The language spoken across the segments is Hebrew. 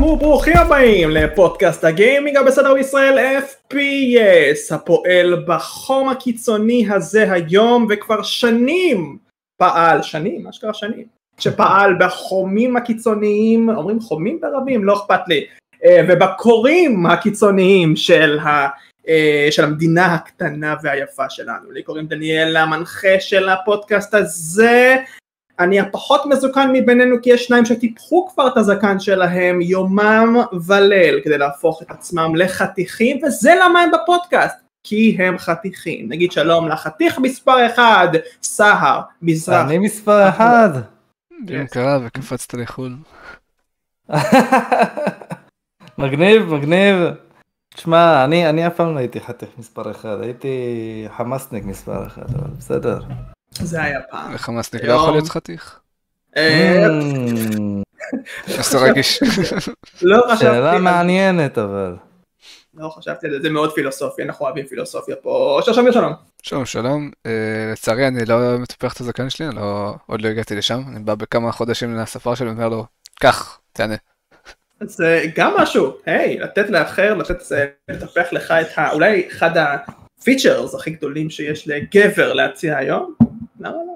שלום וברוכים הבאים לפודקאסט הגיימינג הבסדר בישראל FPS, הפועל בחום הקיצוני הזה היום וכבר שנים שפעל בחומים הקיצוניים, אומרים חומים ברבים, לא אכפת לי, ובקורים הקיצוניים של המדינה הקטנה והיפה שלנו. לי קוראים דניאל, המנחה של הפודקאסט הזה. אני הפחות מזוקן מבינינו כי יש שניים שטיפחו כבר את הזקן שלהם יומם וליל כדי להפוך את עצמם לחתיכים, וזה למה הם בפודקאסט, כי הם חתיכים. נגיד שלום לחתיך מספר 1, סהר מזרח. אני מספר 1. דיון קרה וקפצת לחול. מגניב. תשמע, אני אף פעם לא הייתי חתיך מספר 1, הייתי חמאסניק מספר 1, אבל בסדר. זה היה פעם. חמאסניק לא יכול להיות חתיך? אז רגיש. שאלה מעניינת אבל. לא חשבתי על זה, זה מאוד פילוסופי, אנחנו אוהבים פילוסופיה פה. שלום. שלום. לצערי אני לא מטפח את הזקן שלי, עוד לא הגעתי לשם, אני בא בכמה חודשים לספר שלי ואומר לו, כך, תענה. זה גם משהו, לתת לאחר, לטפח לך את אולי אחד הפיצ'רס הכי גדולים שיש לגבר להציע היום. למה לא?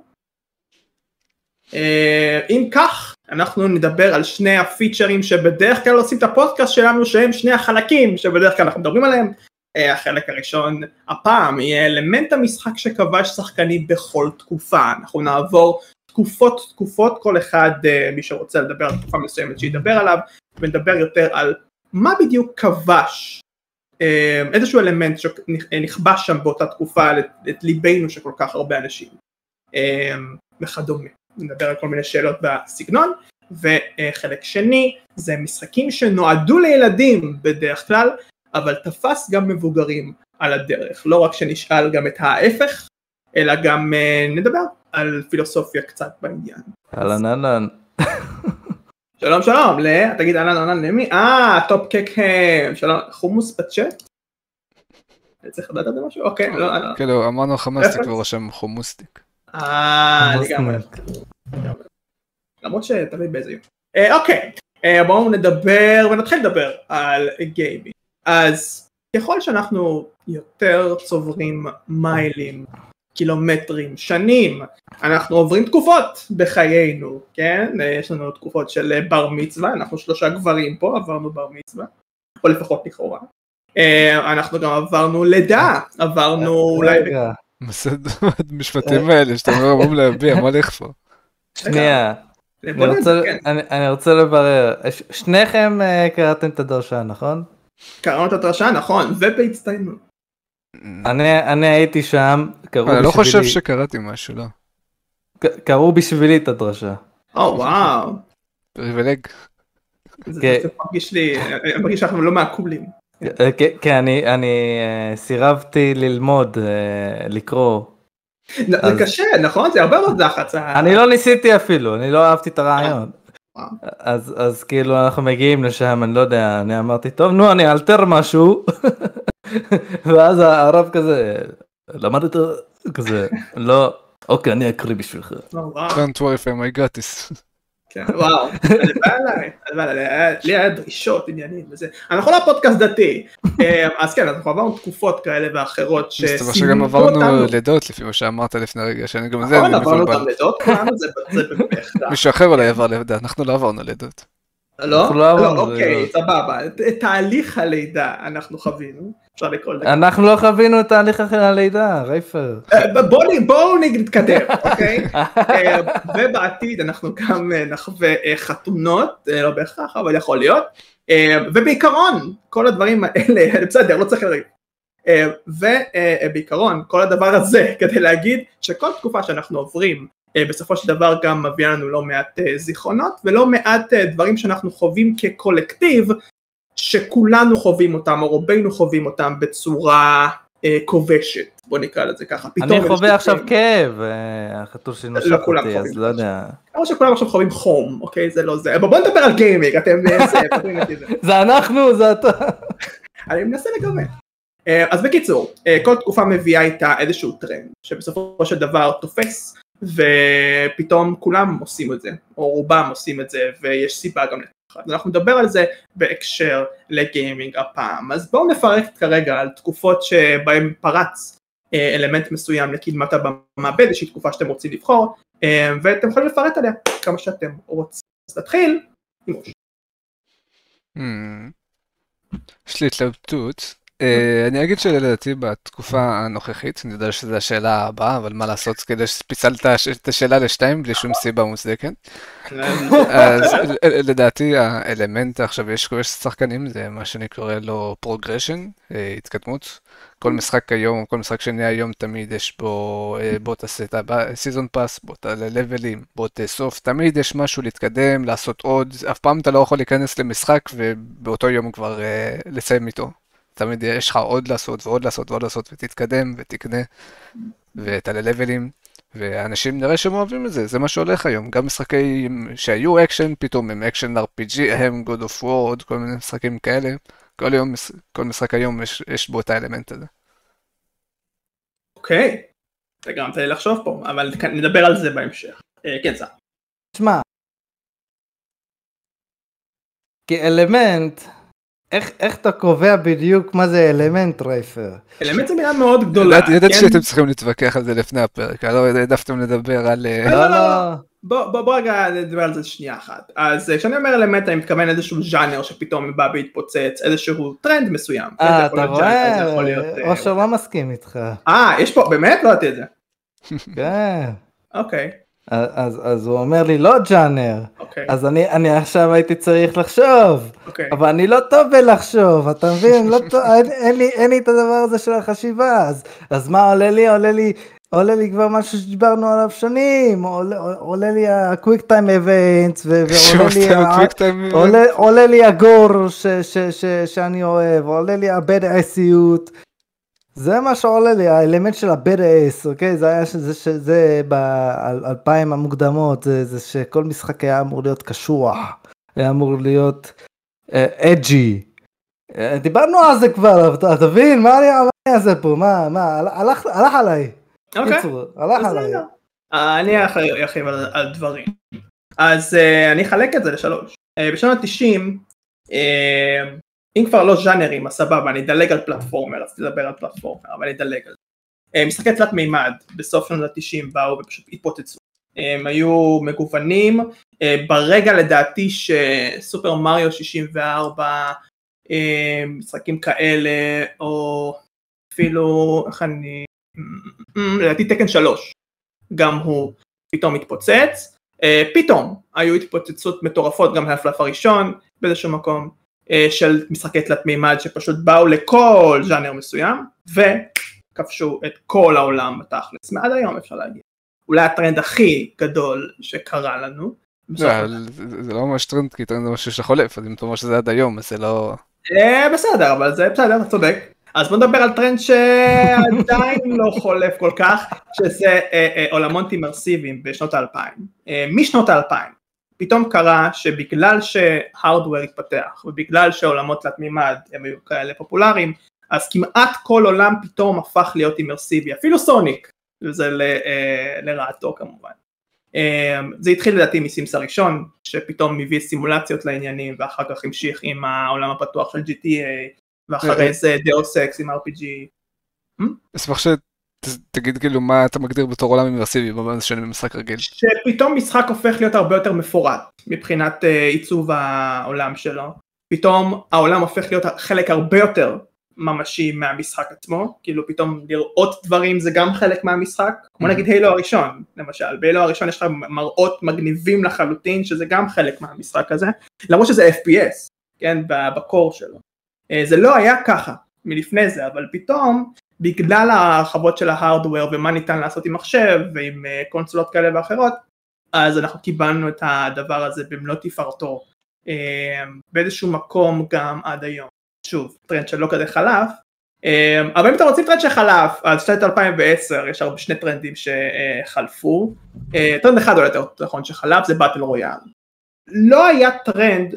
אם כך, אנחנו נדבר על שני הפיצ'רים שבדרך כלל עושים את הפודקאסט שלנו, שהם שני החלקים שבדרך כלל אנחנו מדברים עליהם. החלק הראשון הפעם יהיה אלמנט המשחק שכבש שחקני בכל תקופה. אנחנו נעבור תקופות, כל אחד מי שרוצה לדבר על תקופה מסוימת שידבר עליו, ונדבר יותר על מה בדיוק כבש איזשהו אלמנט שנכבש שם באותה תקופה את ליבנו של כל כך הרבה אנשים וכדומה. נדבר על כל מיני שאלות בסגנון. וחלק שני זה משחקים שנועדו לילדים בדרך כלל, אבל תפס גם מבוגרים על הדרך. לא רק שנשאל גם את ההפך, אלא גם נדבר על פילוסופיה קצת בעניין. אהלן. שלום, תגיד אהלן למי? טופ קק, שלום, חומוס בצ'אט? אני צריך לדעת על זה משהו? אוקיי, לא. כאילו, אמרנו חמאסטיק ורשם חומוסטיק. אני גם למרות שתמיד באיזה יום. אוקיי, בואו נדבר ונתחיל לדבר על גיימינג. אז ככל שאנחנו יותר צוברים מיילים, קילומטרים, שנים, אנחנו עוברים תקופות בחיינו, כן? יש לנו תקופות של בר מצווה, אנחנו 3 גברים פה, עברנו בר מצווה, או לפחות לכאורה. אנחנו גם עברנו לידה, עברנו אולי... מסד המשפטים האלה שאתה אומר אמום להביע, מה לך פה? שנייה, אני רוצה לברר, שניכם קראתם את הדרשה, נכון? קראנו את הדרשה, נכון, ובהצטיינות. אני הייתי שם, אני לא חושב שקראתי משהו, לא. קראו בשבילי את הדרשה. וואו. פריבילג. זה מרגיש לי, אני מרגיש שאנחנו לא מעקולים. כן, אני סירבתי ללמוד, לקרוא. זה קשה, נכון? זה הרבה מאוד לחץ. אני לא ניסיתי אפילו, אני לא אהבתי את הרעיון. אז כאילו אנחנו מגיעים לשם, אני לא יודע, אני אמרתי, טוב, נו, אני אלתר משהו. ואז הרב כזה, למדת כזה, לא, אוקיי, אני אקריא בשבילך. Don't worry for my got this. וואו, זה בא עליי, לי היה דרישות, עניינים וזה. אנחנו לא פודקאסט דתי, אז כן, אנחנו עברנו תקופות כאלה ואחרות מסתבר שגם עברנו לידות לפי מה שאמרת לפני רגע, שאני גם זה... נכון, עברנו גם לידות, זה בהכרח. מישהו אחר אולי עבר לידה, אנחנו לא עברנו לידות. לא, אוקיי, סבבה, תהליך הלידה אנחנו חווינו, אפשר לקרוא לזה. אנחנו לא חווינו את תהליך הלידה, רייפר. בואו נתקדם, אוקיי? ובעתיד אנחנו גם נחווה חתונות, לא בהכרח, אבל יכול להיות, ובעיקרון, כל הדברים האלה, בסדר, לא צריך לריב, ובעיקרון, כל הדבר הזה, כדי להגיד שכל תקופה שאנחנו עוברים, בסופו של דבר גם מביא לנו לא מעט זיכרונות, ולא מעט דברים שאנחנו חווים כקולקטיב, שכולנו חווים אותם, או רובנו חווים אותם בצורה כובשת, בוא נקרא לזה ככה. אני חווה עכשיו כאב, החתול שנושך אותי, אז לא יודע. כמו שכולם עכשיו חווים חום, אוקיי? זה לא זה. בוא נדבר על גיימינג, אתם פתרים את זה. זה אנחנו, זה אתה. אני מנסה לגמרי. אז בקיצור, כל תקופה מביאה איתה איזשהו טרנד, שבסופו של דבר תופס, ופתאום כולם עושים את זה, או רובם עושים את זה, ויש סיבה גם לכך. אחד. אנחנו נדבר על זה בהקשר לגיימינג הפעם. אז בואו נפרק כרגע על תקופות שבהן פרץ אלמנט מסוים לקדמת המעבד, איזושהי תקופה שאתם רוצים לבחור, ואתם יכולים לפרט עליה כמה שאתם רוצים. אז נתחיל, אימוש. יש לי התלבטות. אני אגיד שלדעתי בתקופה הנוכחית, אני יודע שזו השאלה הבאה, אבל מה לעשות כדי שפיצלת את השאלה לשתיים בלי שום סיבה מוצדקת. אז לדעתי האלמנט עכשיו יש שחקנים, זה מה שאני קורא לו פרוגרשן, התקדמות. כל משחק היום, כל משחק שני היום תמיד יש בו, בוא תעשה את הסיזון פאס, בוא תעלה לבלים, בוא תאסוף, תמיד יש משהו להתקדם, לעשות עוד, אף פעם אתה לא יכול להיכנס למשחק ובאותו יום כבר לסיים איתו. תמיד יש לך עוד לעשות ועוד לעשות ועוד לעשות ותתקדם ותקנה ותעלה לבלים ואנשים נראה שהם אוהבים את זה, זה מה שהולך היום. גם משחקים שהיו אקשן, פתאום הם אקשן RPG, הם God of War, עוד כל מיני משחקים כאלה. כל משחק היום יש בו את האלמנט הזה. אוקיי, אתה גרמת לי לחשוב פה, אבל נדבר על זה בהמשך. כן, זה. תשמע, כאלמנט, איך אתה קובע בדיוק מה זה אלמנט, רייפר? אלמנט זה מילה מאוד גדולה. ידעתי שאתם צריכים להתווכח על זה לפני הפרק, לא העדפתם לדבר על... לא. בוא רגע נדבר על זה שנייה אחת. אז כשאני אומר אלמנט, אני מתכוון איזשהו ז'אנר שפתאום בא והתפוצץ, איזשהו טרנד מסוים. אתה רואה? אושר לא מסכים איתך. יש פה, באמת? לא יודעתי את זה. כן. אוקיי. אז הוא אומר לי, לא ג'אנר. אז אני עכשיו הייתי צריך לחשוב. אבל אני לא טוב בלחשוב, אתה מבין? אין לי את הדבר הזה של החשיבה. אז מה עולה לי? עולה לי כבר משהו שדיברנו עליו שנים, עולה לי ה-Quick Time Events, ועולה לי הגור שאני אוהב, עולה לי הבדעסיות, זה מה שעולה לי, האלמנט של הבדעס, אוקיי? זה היה שזה ב-2000 המוקדמות, זה שכל משחק היה אמור להיות קשוח, היה אמור להיות אג'י. דיברנו על זה כבר, אתה מבין? מה אני אעשה פה? מה? הלך עליי. הלך עליי. אני ארחיב על דברים. אז אני אחלק את זה לשלוש. בשנות ה-90, אם כבר לא ז'אנרים, אז סבבה, אני אדלג על פלטפורמר, אז תדבר על פלטפורמר, אבל אני אדלג על זה. משחקי תלת מימד, בסוף שנות ה-90 באו ופשוט התפוצצו. הם היו מגוונים, ברגע לדעתי שסופר מריו 64, משחקים כאלה, או אפילו, איך אני... לדעתי תקן 3, גם הוא פתאום מתפוצץ, פתאום היו התפוצצות מטורפות, גם הפלאף הראשון באיזשהו מקום, של משחקי תלת מימד שפשוט באו לכל ז'אנר מסוים, וכבשו את כל העולם בתכלס, מעד היום אפשר להגיד. אולי הטרנד הכי גדול שקרה לנו. זה לא ממש טרנד, כי טרנד זה משהו שחולף, אז אם אתה אומר שזה עד היום, אז זה לא... בסדר, אבל זה בסדר, אתה צודק. אז בוא נדבר על טרנד שעדיין לא חולף כל כך, שזה עולמות אימרסיביים בשנות ה-2000. משנות ה-2000, פתאום קרה שבגלל שהארדוור התפתח, ובגלל שעולמות תלת מימד הם היו כאלה פופולריים, אז כמעט כל עולם פתאום הפך להיות אימרסיבי, אפילו סוניק, וזה לרעתו כמובן. זה התחיל לדעתי מסימס הראשון, שפתאום מביא סימולציות לעניינים, ואחר כך המשיך עם העולם הפתוח של GTA, ואחרי זה דאוס אקס עם RPG. אשמח שתגיד כאילו מה אתה מגדיר בתור עולם אימרסיבי, מה זה שונה ממשחק רגיל. שפתאום משחק הופך להיות הרבה יותר מפורט, מבחינת עיצוב העולם שלו. פתאום העולם הופך להיות חלק הרבה יותר ממשי מהמשחק עצמו, כאילו פתאום לראות דברים זה גם חלק מהמשחק, כמו נגיד הילו הראשון, למשל, בהילו הראשון יש לך מראות מגניבים לחלוטין, שזה גם חלק מהמשחק הזה, למרות שזה FPS, כן, בקור שלו. זה לא היה ככה מלפני זה, אבל פתאום, בגלל הרחבות של ההארדוור ומה ניתן לעשות עם מחשב ועם קונסולות כאלה ואחרות, אז אנחנו קיבלנו את הדבר הזה במלוא תפארתו, באיזשהו מקום גם עד היום. שוב, טרנד שלא כזה חלף, אבל אם אתם רוצים טרנד שחלף, אז שנת 2010 יש הרבה שני טרנדים שחלפו, טרנד אחד או יותר נכון שחלף, זה באטל רויאל. לא היה טרנד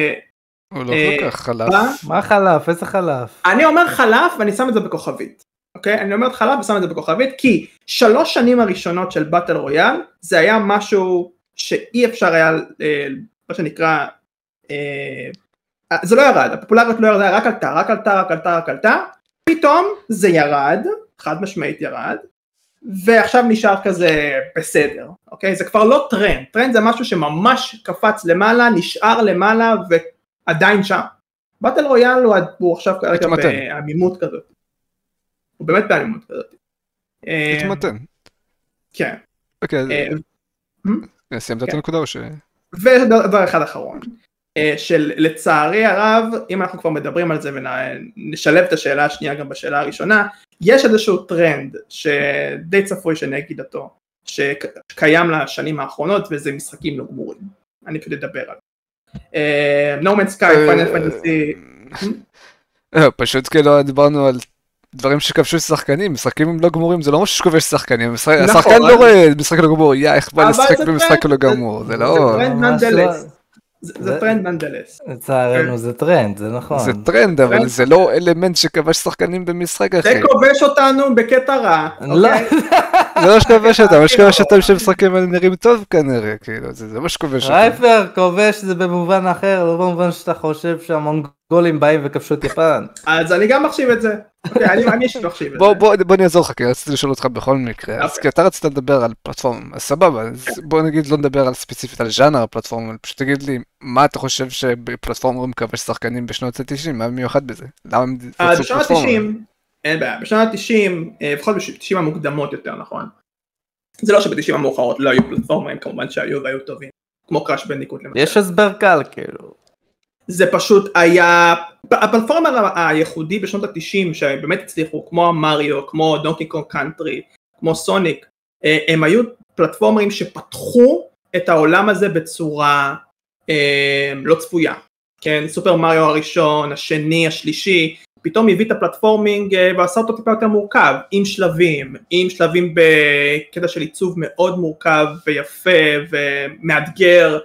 הוא לא כל כך חלף. מה חלף? איזה חלף? אני אומר חלף ואני שם את זה בכוכבית. אוקיי? אני אומר חלף ושם את זה בכוכבית, כי 3 שנים הראשונות של באטל רויאל, זה היה משהו שאי אפשר היה, מה שנקרא, זה לא ירד, הפופולריות לא ירדה, רק עלתה, פתאום זה ירד, חד משמעית ירד, ועכשיו נשאר כזה בסדר, אוקיי? זה כבר לא טרנד, טרנד זה משהו שממש קפץ למעלה, נשאר למעלה ועדיין שם. באטל רויאל הוא עכשיו כרגע בעמימות כזאת. הוא באמת בעמימות כזאת. התמתן. כן. אוקיי, סיימת את הנקודה או ש... ודבר אחד אחרון, שלצערי הרב, אם אנחנו כבר מדברים על זה ונשלב את השאלה השנייה גם בשאלה הראשונה, יש איזשהו טרנד שדי צפוי שאני אגיד אותו, שקיים לשנים האחרונות וזה משחקים לא גמורים. אני פשוט אדבר על זה. No Man's Sky, Final Fantasy... פשוט כאילו דיברנו על דברים שכבשו שחקנים, משחקים לא גמורים, זה לא משהו שכובש שחקנים, השחקן לא רואה משחק לא גמור, איך בא לשחק במשחק לא גמור, זה לא... זה טרנד ננדלס. זה טרנד ננדלס. לצערנו זה טרנד, זה נכון. זה טרנד, אבל זה לא אלמנט שכבש שחקנים במשחק אחר. זה כובש אותנו בקטע רע. לא. זה לא שכובש אותם, מה שכובש אותם שמשחקים האלה נראים טוב כנראה, כאילו, זה מה שכובש אותם. רייפר כובש זה במובן אחר, לא במובן שאתה חושב שהמונגולים באים וכבשו את יפן. אז אני גם מחשיב את זה. אני אישית מחשיב את זה. בוא נעזור לך, כי רציתי לשאול אותך בכל מקרה. אז כי אתה רצית לדבר על פלטפורמה, אז סבבה, בוא נגיד לא נדבר על ספציפית על ז'אנר הפלטפורמה, פשוט תגיד לי, מה אתה חושב שבפלטפורמה מכבש שחקנים בשנות ה-90, מה מיוחד בזה? למה הם רצו פלטפורמה? אין בעיה, בשנות ה-90, לפחות ב-90 המוקדמות יותר, נכון? זה לא שב-90 המאוחרות לא היו פלטפורמה, הם כמובן שהיו והיו טובים, כמו קראש בנדיקוט למשל. יש הסבר קל, כאילו. זה פשוט היה, הפלטפורמה הייחודי בשנות ה-90 שבאמת הצליחו, כמו מריו, כמו דונקי קונג קאנטרי, כמו סוניק, הם היו פלטפורמרים שפתחו את העולם הזה בצורה לא צפויה, כן, סופר מריו הראשון, השני, השלישי, פתאום הביא את הפלטפורמינג ועשה אותו טיפה יותר מורכב, עם שלבים בקטע של עיצוב מאוד מורכב ויפה ומאתגר,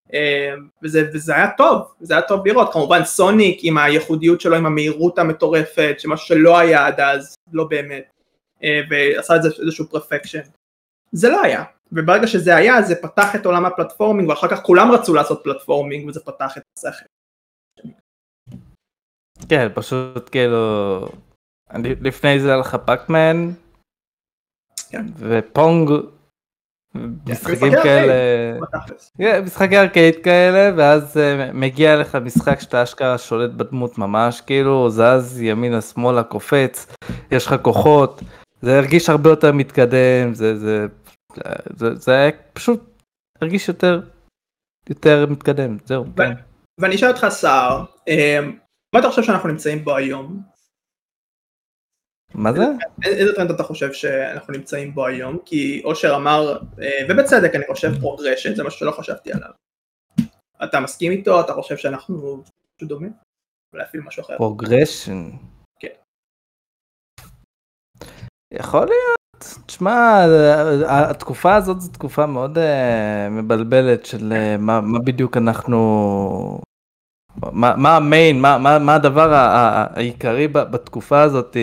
וזה היה טוב, זה היה טוב לראות, כמובן סוניק עם הייחודיות שלו, עם המהירות המטורפת, שמשהו שלא היה עד אז, לא באמת, ועשה את זה איזשהו פרפקשן, זה לא היה, וברגע שזה היה, זה פתח את עולם הפלטפורמינג, ואחר כך כולם רצו לעשות פלטפורמינג, וזה פתח את השכל. כן, פשוט כאילו, לפני זה הלכה פאקמן, ופונג, משחקים כאלה, משחקי ארקייד כאלה, ואז מגיע לך משחק שאתה אשכרה שולט בדמות ממש, כאילו זז ימינה שמאלה קופץ, יש לך כוחות, זה הרגיש הרבה יותר מתקדם, זה היה פשוט הרגיש יותר מתקדם, זהו. ואני אשאל אותך סער, מה אתה חושב שאנחנו נמצאים בו היום? מה זה? איזה טרנד אתה חושב שאנחנו נמצאים בו היום? כי אושר אמר, ובצדק אני חושב פרוגרשן, זה משהו שלא חשבתי עליו. אתה מסכים איתו? אתה חושב שאנחנו פשוט דומים? אולי אפילו משהו אחר. פרוגרשן? כן. יכול להיות. תשמע, התקופה הזאת זו תקופה מאוד מבלבלת של מה בדיוק אנחנו... מה המיין, מה הדבר העיקרי בתקופה הזאת?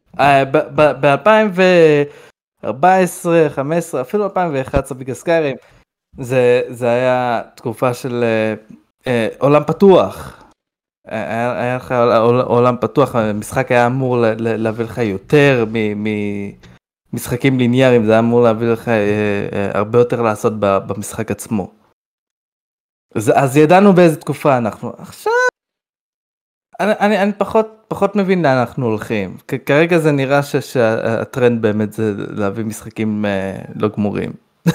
ב-2014, 2015, אפילו 2011 בגלל סקיירים, זה היה תקופה של עולם פתוח. היה לך עולם פתוח, המשחק היה אמור להביא לך יותר ממשחקים ליניאריים, זה היה אמור להביא לך הרבה יותר לעשות במשחק עצמו. אז ידענו באיזה תקופה אנחנו. עכשיו, אני פחות מבין לאן אנחנו הולכים. כרגע זה נראה שהטרנד באמת זה להביא משחקים לא גמורים.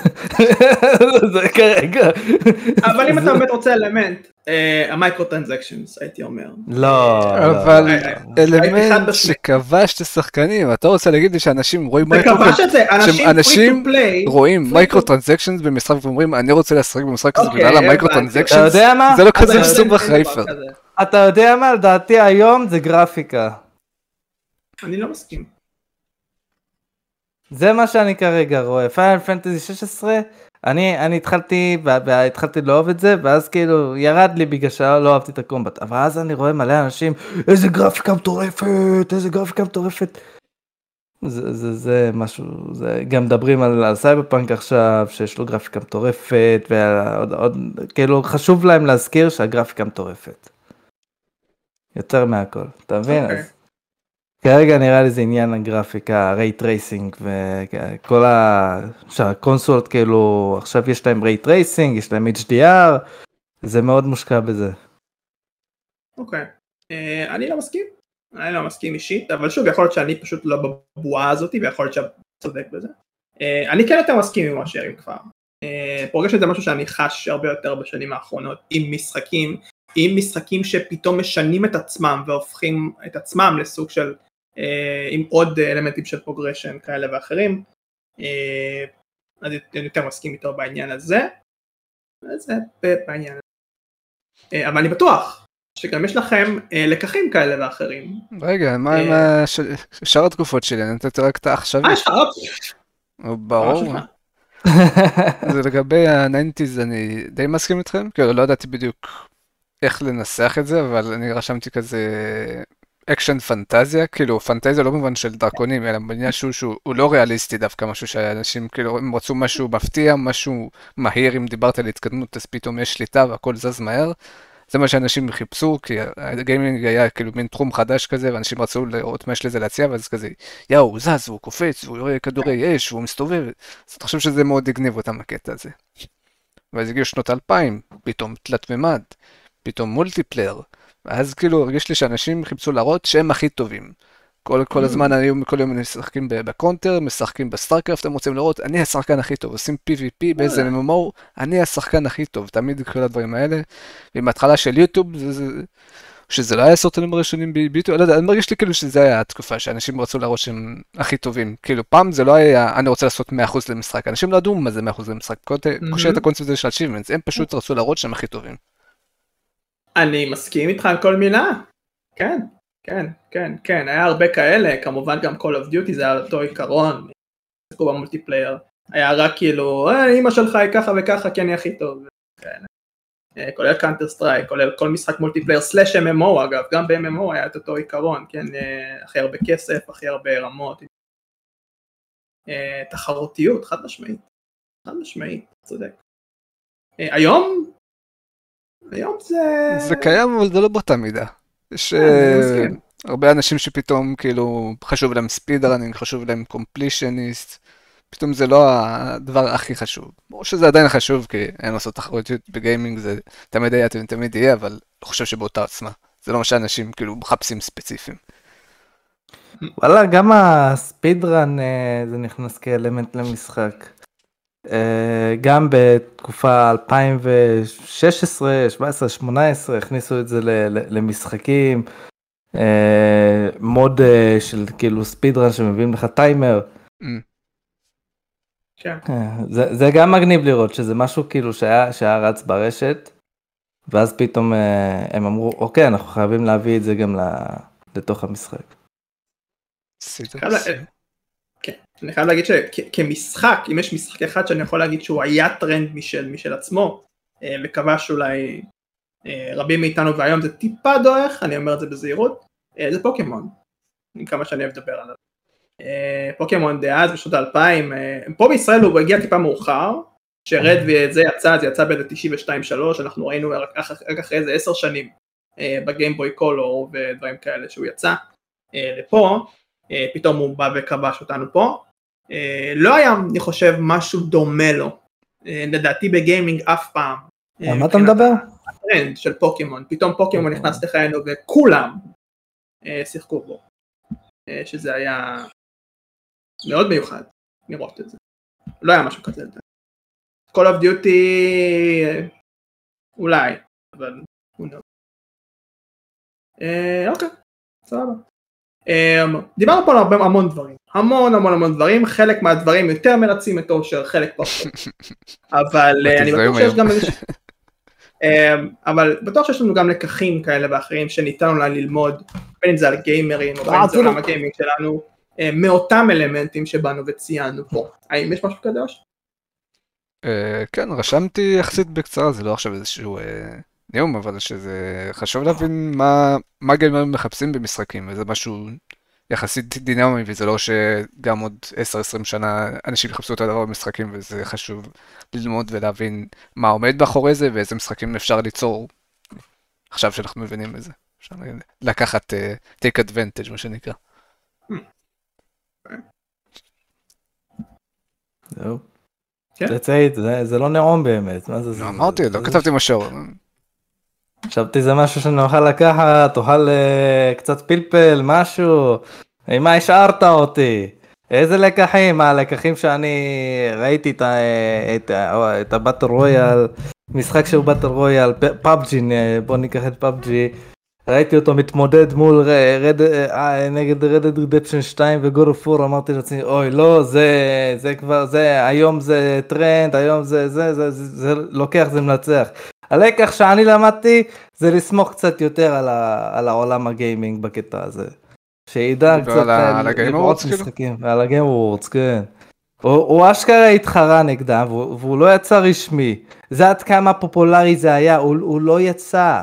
זה כרגע. אבל אם אתה באמת רוצה אלמנט, המיקרו טרנזקשנס, הייתי אומר. לא. אבל אלמנט שכבש את השחקנים, אתה רוצה להגיד לי שאנשים רואים אנשים רואים מיקרו טרנזקשנס במשחק ואומרים, אני רוצה לשחק במשחק הזה בגלל המיקרו טרנזקשנס? זה לא כזה מסובך רייפר. אתה יודע מה, לדעתי היום זה גרפיקה. אני לא מסכים. זה מה שאני כרגע רואה. פיינל פנטזי 16, אני התחלתי לאהוב את זה, ואז כאילו ירד לי בגלל שלא אהבתי את הקומבט. אבל אז אני רואה מלא אנשים, איזה גרפיקה מטורפת, איזה גרפיקה מטורפת. זה משהו, גם מדברים על סייבר פאנק עכשיו, שיש לו גרפיקה מטורפת, ועוד, כאילו חשוב להם להזכיר שהגרפיקה מטורפת. יותר מהכל, אתה מבין? אז כרגע נראה לי זה עניין הגרפיקה, רייט רייסינג, וכל שהקונסולות כאילו, עכשיו יש להם רייט רייסינג, יש להם HDR, זה מאוד מושקע בזה. אוקיי, אני לא מסכים אישית, אבל שוב, יכול להיות שאני פשוט לא בבועה הזאת, ויכול להיות שאתה צודק בזה. אני כן יותר מסכים עם השארים כבר. פורגשן זה משהו שאני חש הרבה יותר בשנים האחרונות, עם משחקים שפתאום משנים את עצמם, והופכים את עצמם לסוג של, עם עוד אלמנטים של פרוגרשן כאלה ואחרים. אז אני יותר מסכים איתו בעניין הזה. זה בעניין הזה. אבל אני בטוח שגם יש לכם לקחים כאלה ואחרים. רגע, מה עם שאר התקופות שלי? אני נתתי רק את העכשווי. ברור. זה לגבי ה-90s, אני די מסכים איתכם, כאילו לא ידעתי בדיוק איך לנסח את זה, אבל אני רשמתי כזה אקשן פנטזיה, כאילו פנטזיה לא במובן של דרקונים, אלא בעניין שהוא לא ריאליסטי דווקא, משהו שאנשים כאילו הם רצו משהו מפתיע, משהו מהיר, אם דיברת על התקדמות אז פתאום יש שליטה והכל זז מהר. זה מה שאנשים חיפשו, כי הגיימינג היה כאילו מין תחום חדש כזה, ואנשים רצו לראות מה יש לזה להציע, ואז כזה, הוא זז, והוא קופץ, והוא יורה כדורי אש, והוא מסתובב. אז אתה חושב שזה מאוד הגניב אותם הקטע הזה. ואז הגיעו שנות 2000, פתאום תלת ממד, פתאום מולטיפלייר, ואז כאילו הרגיש לי שאנשים חיפשו להראות שהם הכי טובים. כל הזמן, כל יום משחקים בקונטר, משחקים בסטארקראפט, הם רוצים לראות, אני השחקן הכי טוב, עושים PvP באיזה MMO, אני השחקן הכי טוב, תמיד כל הדברים האלה. ועם ההתחלה של יוטיוב, שזה לא היה סרטונים הראשונים ביוטיוב, לא יודע, אני מרגיש לי כאילו שזה היה התקופה, שאנשים רצו להראות שהם הכי טובים. כאילו פעם זה לא היה, אני רוצה לעשות 100% למשחק, אנשים לא ידעו מה זה 100% למשחק, קושר את הקונספט הזה של achievements, הם פשוט רצו להראות שהם הכי טובים. אני מסכים איתך על כל מילה, כן. כן, היה הרבה כאלה, כמובן גם Call of Duty זה היה אותו עיקרון, שיחקו במולטיפלייר, היה רק כאילו, אמא שלך היא ככה וככה כי אני הכי טוב, כולל קאנטר סטרייק, כולל כל משחק מולטיפלייר סלש MMO אגב, גם ב-MMO היה את אותו עיקרון, כן, הכי הרבה כסף, הכי הרבה רמות, תחרותיות, חד משמעית, צודק. היום זה קיים אבל זה לא באותה מידה. יש הרבה אנשים שפתאום כאילו חשוב להם ספיד ראנינג, חשוב להם קומפלישניסט, פתאום זה לא הדבר הכי חשוב. או שזה עדיין חשוב כי אין לעשות תחרותיות בגיימינג, זה תמיד היה, תמיד יהיה, אבל אני חושב שבאותה עצמה. זה לא מה שאנשים כאילו מחפשים ספציפיים. וואלה, גם הספיד רן זה נכנס כאלמנט למשחק. גם בתקופה 2016, 17, 18 הכניסו את זה למשחקים, מוד של כאילו ספידרן שמביאים לך טיימר. זה גם מגניב לראות שזה משהו כאילו שהיה רץ ברשת, ואז פתאום הם אמרו אוקיי, אנחנו חייבים להביא את זה גם לתוך המשחק. אני חייב להגיד שכמשחק, אם יש משחק אחד שאני יכול להגיד שהוא היה טרנד משל עצמו, וכבש אולי רבים מאיתנו, והיום זה טיפה דורך, אני אומר את זה בזהירות, זה פוקימון, כמה שאני אוהב לדבר עליו. פוקימון דאז בשנות 2000, פה בישראל הוא הגיע טיפה מאוחר, שרד וזה יצא באיזה 92-3, אנחנו ראינו רק אחרי איזה 10 שנים, בגיימבוי קולור ודברים כאלה שהוא יצא לפה, פתאום הוא בא וכבש אותנו פה. לא היה, אני חושב, משהו דומה לו, לדעתי בגיימינג אף פעם. על מה אתה מדבר? הטרנד של פוקימון, פתאום פוקימון נכנס לחיינו וכולם שיחקו בו, שזה היה מאוד מיוחד לראות את זה. לא היה משהו כזה. Call of Duty אולי, אבל אוקיי, סבבה. דיברנו פה על המון דברים, המון דברים, חלק מהדברים יותר מרצים את אושר, חלק פחות, אבל אני בטוח שיש גם אבל בטוח שיש לנו גם לקחים כאלה ואחרים שניתנו לה ללמוד, בין אם זה על גיימרים או בין אם זה על הגיימינג שלנו, מאותם אלמנטים שבאנו וציינו פה. האם יש משהו כזה? כן, רשמתי יחסית בקצרה, זה לא עכשיו איזשהו נאום, אבל שזה חשוב להבין מה גיימרים מחפשים במשחקים, וזה משהו יחסית דינמי, וזה לא שגם עוד 10-20 שנה אנשים יחפשו אותו דבר במשחקים, וזה חשוב ללמוד ולהבין מה עומד מאחורי זה, ואיזה משחקים אפשר ליצור עכשיו שאנחנו מבינים את זה. אפשר לקחת take advantage, מה שנקרא. זהו. זה לא נאום באמת. אמרתי, לא כתבתי משהו. חשבתי זה משהו שנוכל לקחת, תוכל קצת פלפל, משהו. מה השארת אותי? איזה לקחים? הלקחים שאני ראיתי את הבטל רויאל, משחק שהוא בטל רויאל, פאבג'י, בוא ניקח את פאבג'י. ראיתי אותו מתמודד מול נגד רדד רדפשן 2 וגוד אוף וור, אמרתי לעצמי, אוי לא, זה כבר, היום זה טרנד, היום זה לוקח, זה מנצח. הלקח שאני למדתי זה לסמוך קצת יותר על העולם הגיימינג בקטע הזה. שידע קצת לברות משחקים, על הגיים וורדס, כן. הוא אשכרה התחרה נגדם, והוא לא יצא רשמי. זה עד כמה פופולרי זה היה, הוא לא יצא.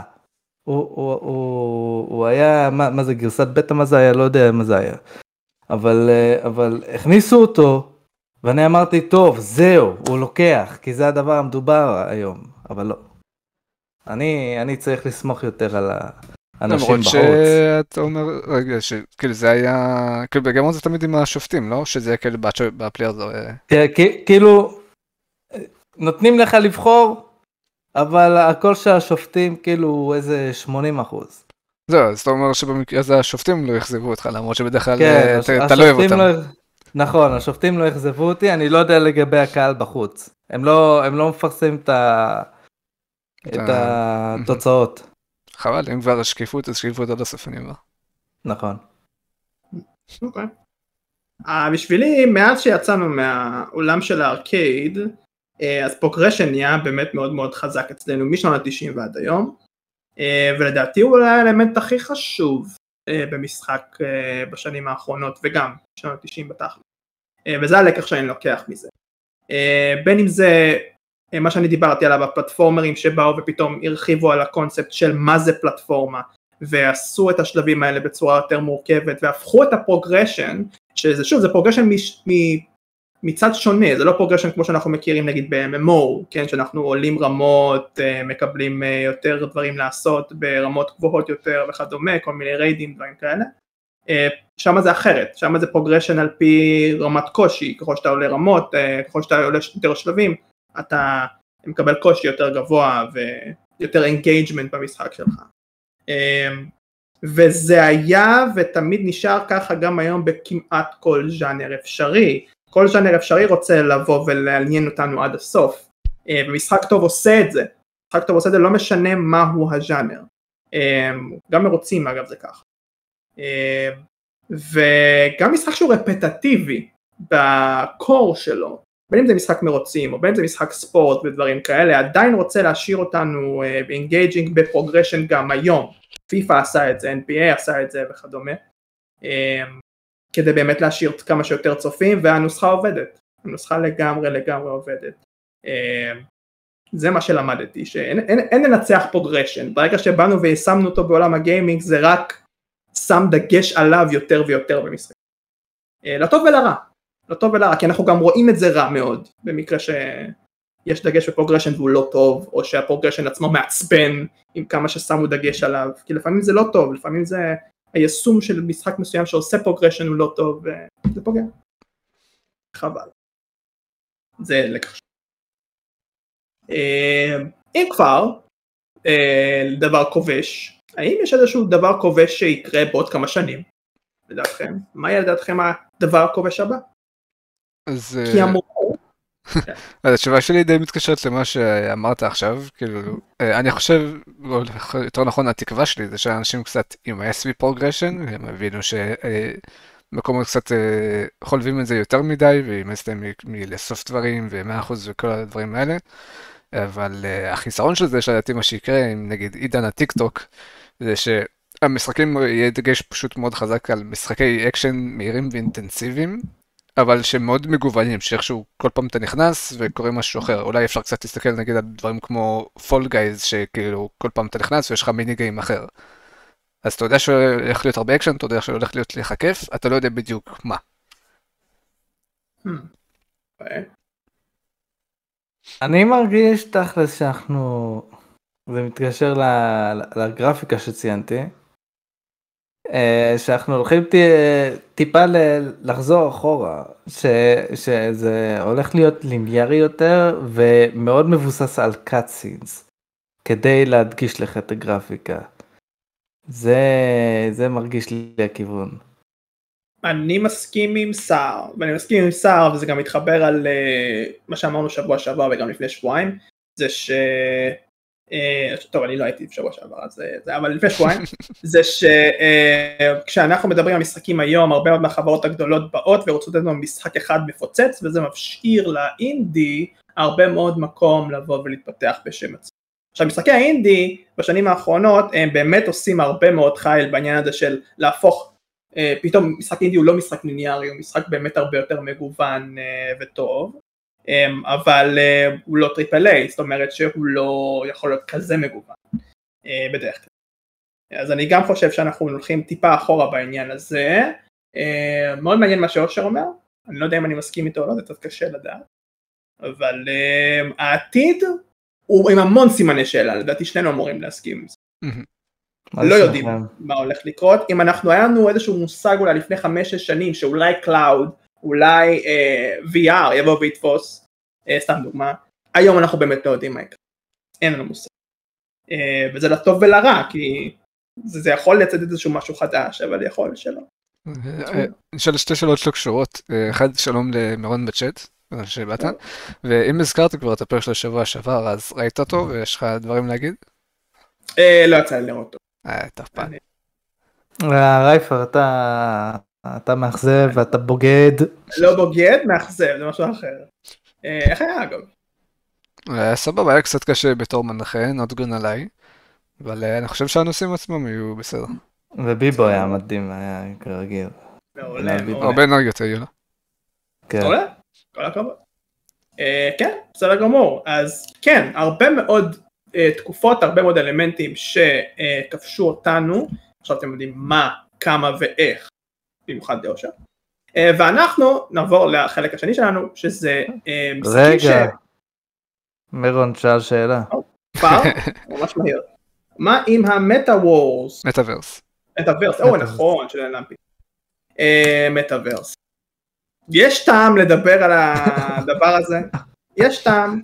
הוא היה, מה זה גרסת בטא, מה זה היה, לא יודע מה זה היה. אבל הכניסו אותו, ואני אמרתי, טוב, זהו, הוא לוקח, כי זה הדבר המדובר היום, אבל לא. אני צריך לסמוך יותר על האנשים בחוץ. למרות שאתה אומר, רגע, שכאילו זה היה, כאילו בגמרי זה תמיד עם השופטים, לא? שזה היה כאילו בפלייר זה... כאילו, נותנים לך לבחור, אבל הכל שהשופטים כאילו איזה 80%. זהו, אז אתה אומר שבמקרה הזה השופטים לא יחזבו אותך, למרות שבדרך כלל אתה לא אוהב אותם. נכון, השופטים לא יחזבו אותי, אני לא יודע לגבי הקהל בחוץ. הם לא מפרסמים את התוצאות. חבל, אם כבר השקיפות, אז שקיפות עד הסוף אני אומר. נכון. אוקיי. בשבילי, מאז שיצאנו מהעולם של הארקייד, אז פרוגרשן נהיה באמת מאוד מאוד חזק אצלנו משנות ה-90 ועד היום, ולדעתי הוא אולי האלמנט הכי חשוב במשחק בשנים האחרונות, וגם בשנות ה-90 בתכל'ס, וזה הלקח שאני לוקח מזה. בין אם זה מה שאני דיברתי עליו, הפלטפורמרים שבאו ופתאום הרחיבו על הקונספט של מה זה פלטפורמה, ועשו את השלבים האלה בצורה יותר מורכבת, והפכו את הפרוגרשן, שזה שוב, זה פרוגרשן מצד שונה, זה לא פרוגרשן כמו שאנחנו מכירים נגיד ב-MMO, כן, שאנחנו עולים רמות, מקבלים יותר דברים לעשות ברמות גבוהות יותר וכדומה, כל מיני ריידים, דברים כאלה. שם זה אחרת, שם זה פרוגרשן על פי רמת קושי, ככל שאתה עולה רמות, ככל שאתה עולה יותר שלבים, אתה מקבל קושי יותר גבוה ויותר אינגייג'מנט במשחק שלך. וזה היה ותמיד נשאר ככה גם היום בכמעט כל ז'אנר אפשרי. כל ז'אנר אפשרי רוצה לבוא ולעניין אותנו עד הסוף, ומשחק טוב עושה את זה, משחק טוב עושה את זה לא משנה מהו הז'אנר, גם מרוצים אגב זה כך, וגם משחק שהוא רפטטיבי בקור שלו, בין אם זה משחק מרוצים או בין אם זה משחק ספורט ודברים כאלה, עדיין רוצה להשאיר אותנו באינגייג'ינג בפרוגרשן גם היום, פיפא עשה את זה, NBA עשה את זה וכדומה, כדי באמת להשאיר כמה שיותר צופים, והנוסחה עובדת, הנוסחה לגמרי עובדת. זה מה שלמדתי, שאין לנצח פרוגרשן, ברגע שבאנו ושמנו אותו בעולם הגיימינג, זה רק שם דגש עליו יותר ויותר במשחק. לטוב ולרע, כי אנחנו גם רואים את זה רע מאוד, במקרה שיש דגש בפרוגרשן והוא לא טוב, או שהפרוגרשן עצמו מעצבן, עם כמה ששמו דגש עליו, כי לפעמים זה לא טוב, לפעמים זה... היישום של משחק מסוים שעושה פרוגרשן הוא לא טוב, וזה פוגע. חבל. זה לקח. אם כבר, דבר כובש, האם יש איזשהו דבר כובש שיקרה בעוד כמה שנים? לדעתכם? מה יהיה לדעתכם הדבר הכובש הבא? אז... כי אמרו... התשובה שלי די מתקשרת למה שאמרת עכשיו, כאילו, אני חושב, יותר נכון, התקווה שלי זה שאנשים קצת ימאס מפרוגרשן, הם הבינו שמקומות קצת חולבים את זה יותר מדי, וימאס להם מלאסוף דברים ו100% וכל הדברים האלה, אבל החיסרון של זה, שלדעתי מה שיקרה, אם נגיד עידן הטיק טוק, זה שהמשחקים יהיה דגש פשוט מאוד חזק על משחקי אקשן מהירים ואינטנסיביים, אבל שמאוד מגוונים, שאיכשהו כל פעם אתה נכנס וקורה משהו אחר. אולי אפשר קצת להסתכל נגיד על דברים כמו פול גייז, שכאילו כל פעם אתה נכנס ויש לך מיני גיים אחר. אז אתה יודע שהולך להיות הרבה אקשן, אתה יודע שהולך להיות לחכף, אתה לא יודע בדיוק מה. אני מרגיש תכלס שאנחנו, זה מתקשר לגרפיקה שציינתי, שאנחנו הולכים טיפה לחזור אחורה, שזה הולך להיות ליניארי יותר ומאוד מבוסס על קאטסינס, כדי להדגיש לך את הגרפיקה. זה מרגיש לי הכיוון. אני מסכים עם סער, ואני מסכים עם סער, וזה גם מתחבר על מה שאמרנו שבוע שעבר וגם לפני שבועיים, זה טוב, אני לא הייתי בשבוע שעבר, אבל לפני שבועיים, זה שכשאנחנו מדברים על משחקים היום, הרבה מאוד מהחברות הגדולות באות ורוצות לנו משחק אחד מפוצץ, וזה משאיר לאינדי הרבה מאוד מקום לבוא ולהתפתח בשם עצמו. עכשיו, משחקי האינדי בשנים האחרונות, הם באמת עושים הרבה מאוד חייל בעניין הזה של להפוך, פתאום משחק אינדי הוא לא משחק ליניארי, הוא משחק באמת הרבה יותר מגוון וטוב, אבל הוא לא טריפל איי, זאת אומרת שהוא לא יכול להיות כזה מגוון בדרך כלל. אז אני גם חושב שאנחנו הולכים טיפה אחורה בעניין הזה. מאוד מעניין מה שאושר אומר, אני לא יודע אם אני מסכים איתו או לא, זה קצת קשה לדעת, אבל העתיד הוא עם המון סימני שאלה, לדעתי שנינו אמורים להסכים עם זה. לא יודעים מה הולך לקרות. אם אנחנו היה לנו איזשהו מושג אולי לפני 5-6 שנים שאולי קלאוד, אולי VR יבוא ויתפוס, סתם דוגמה, היום אנחנו באמת לא יודעים מה יקרה, אין לנו מושג, וזה לטוב ולרע, כי זה יכול לצאת איזשהו משהו חדש, אבל יכול שלא. נשאל שתי שאלות שלא קשורות, אחד שלום למירון בצ'אט, שבאת, ואם הזכרת כבר את הפרק של השבוע שעבר, אז ראית אותו ויש לך דברים להגיד? לא יצא לי לראות אותו. תרפן. רייפר, אתה מאכזב ואתה בוגד. לא בוגד, מאכזב, זה משהו אחר. איך היה אגב? סבבה, היה קצת קשה בתור מנחה, not gonna lie, אבל אני חושב שהנושאים עצמם יהיו בסדר. וביבו היה מדהים, היה כרגיל. מעולה. הרבה אנרגיות היו לו. מעולה, כל הכבוד. כן, בסדר גמור. אז כן, הרבה מאוד תקופות, הרבה מאוד אלמנטים שכבשו אותנו, עכשיו אתם יודעים מה, כמה ואיך, במיוחד דאושר. ואנחנו נעבור לחלק השני שלנו, שזה משחקים ש... רגע, מירון שאל שאלה. כבר, ממש מהיר. מה עם המטה וורס? מטאברס. מטאברס, נכון, של אלמפי. מטאברס. יש טעם לדבר על הדבר הזה? יש טעם.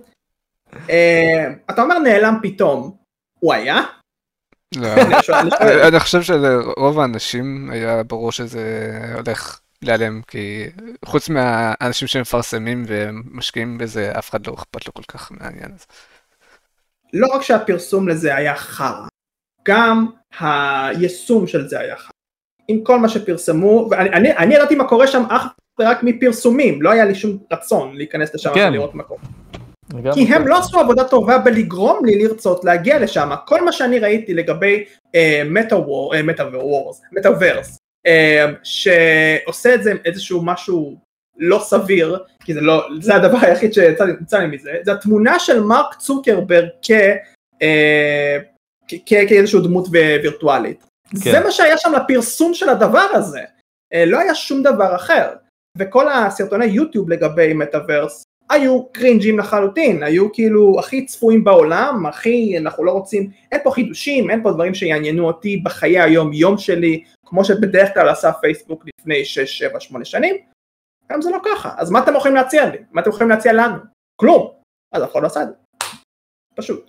אתה אומר נעלם פתאום, הוא היה? לא, אני חושב שלרוב האנשים היה ברור שזה הולך להיעלם, כי חוץ מהאנשים שמפרסמים ומשקיעים בזה, אף אחד לא אכפת לו כל כך מהעניין הזה. לא רק שהפרסום לזה היה חרא, גם היישום של זה היה חרא. עם כל מה שפרסמו, ואני ידעתי מה קורה שם רק מפרסומים, לא היה לי שום רצון להיכנס לשם ולראות מקום. כי הם לא עשו עבודה טובה בלגרום לי לרצות להגיע לשם. כל מה שאני ראיתי לגבי מטאברס, שעושה את זה איזשהו משהו לא סביר, כי זה הדבר היחיד שיצא לי מזה, זה התמונה של מרק צוקרברג כאיזשהו דמות וירטואלית. זה מה שהיה שם לפרסום של הדבר הזה, לא היה שום דבר אחר. וכל הסרטוני יוטיוב לגבי מטאברס היו קרינג'ים לחלוטין, היו כאילו הכי צפויים בעולם, אנחנו לא רוצים, אין פה חידושים, אין פה דברים שיעניינו אותי בחיי היום יום שלי, כמו שבדרך כלל עשה פייסבוק לפני 6, 7, 8 שנים, היום זה לא ככה. אז מה אתם יכולים להציע לי? מה אתם יכולים להציע לנו? כלום. אז אף אחד לא עשה את זה. פשוט.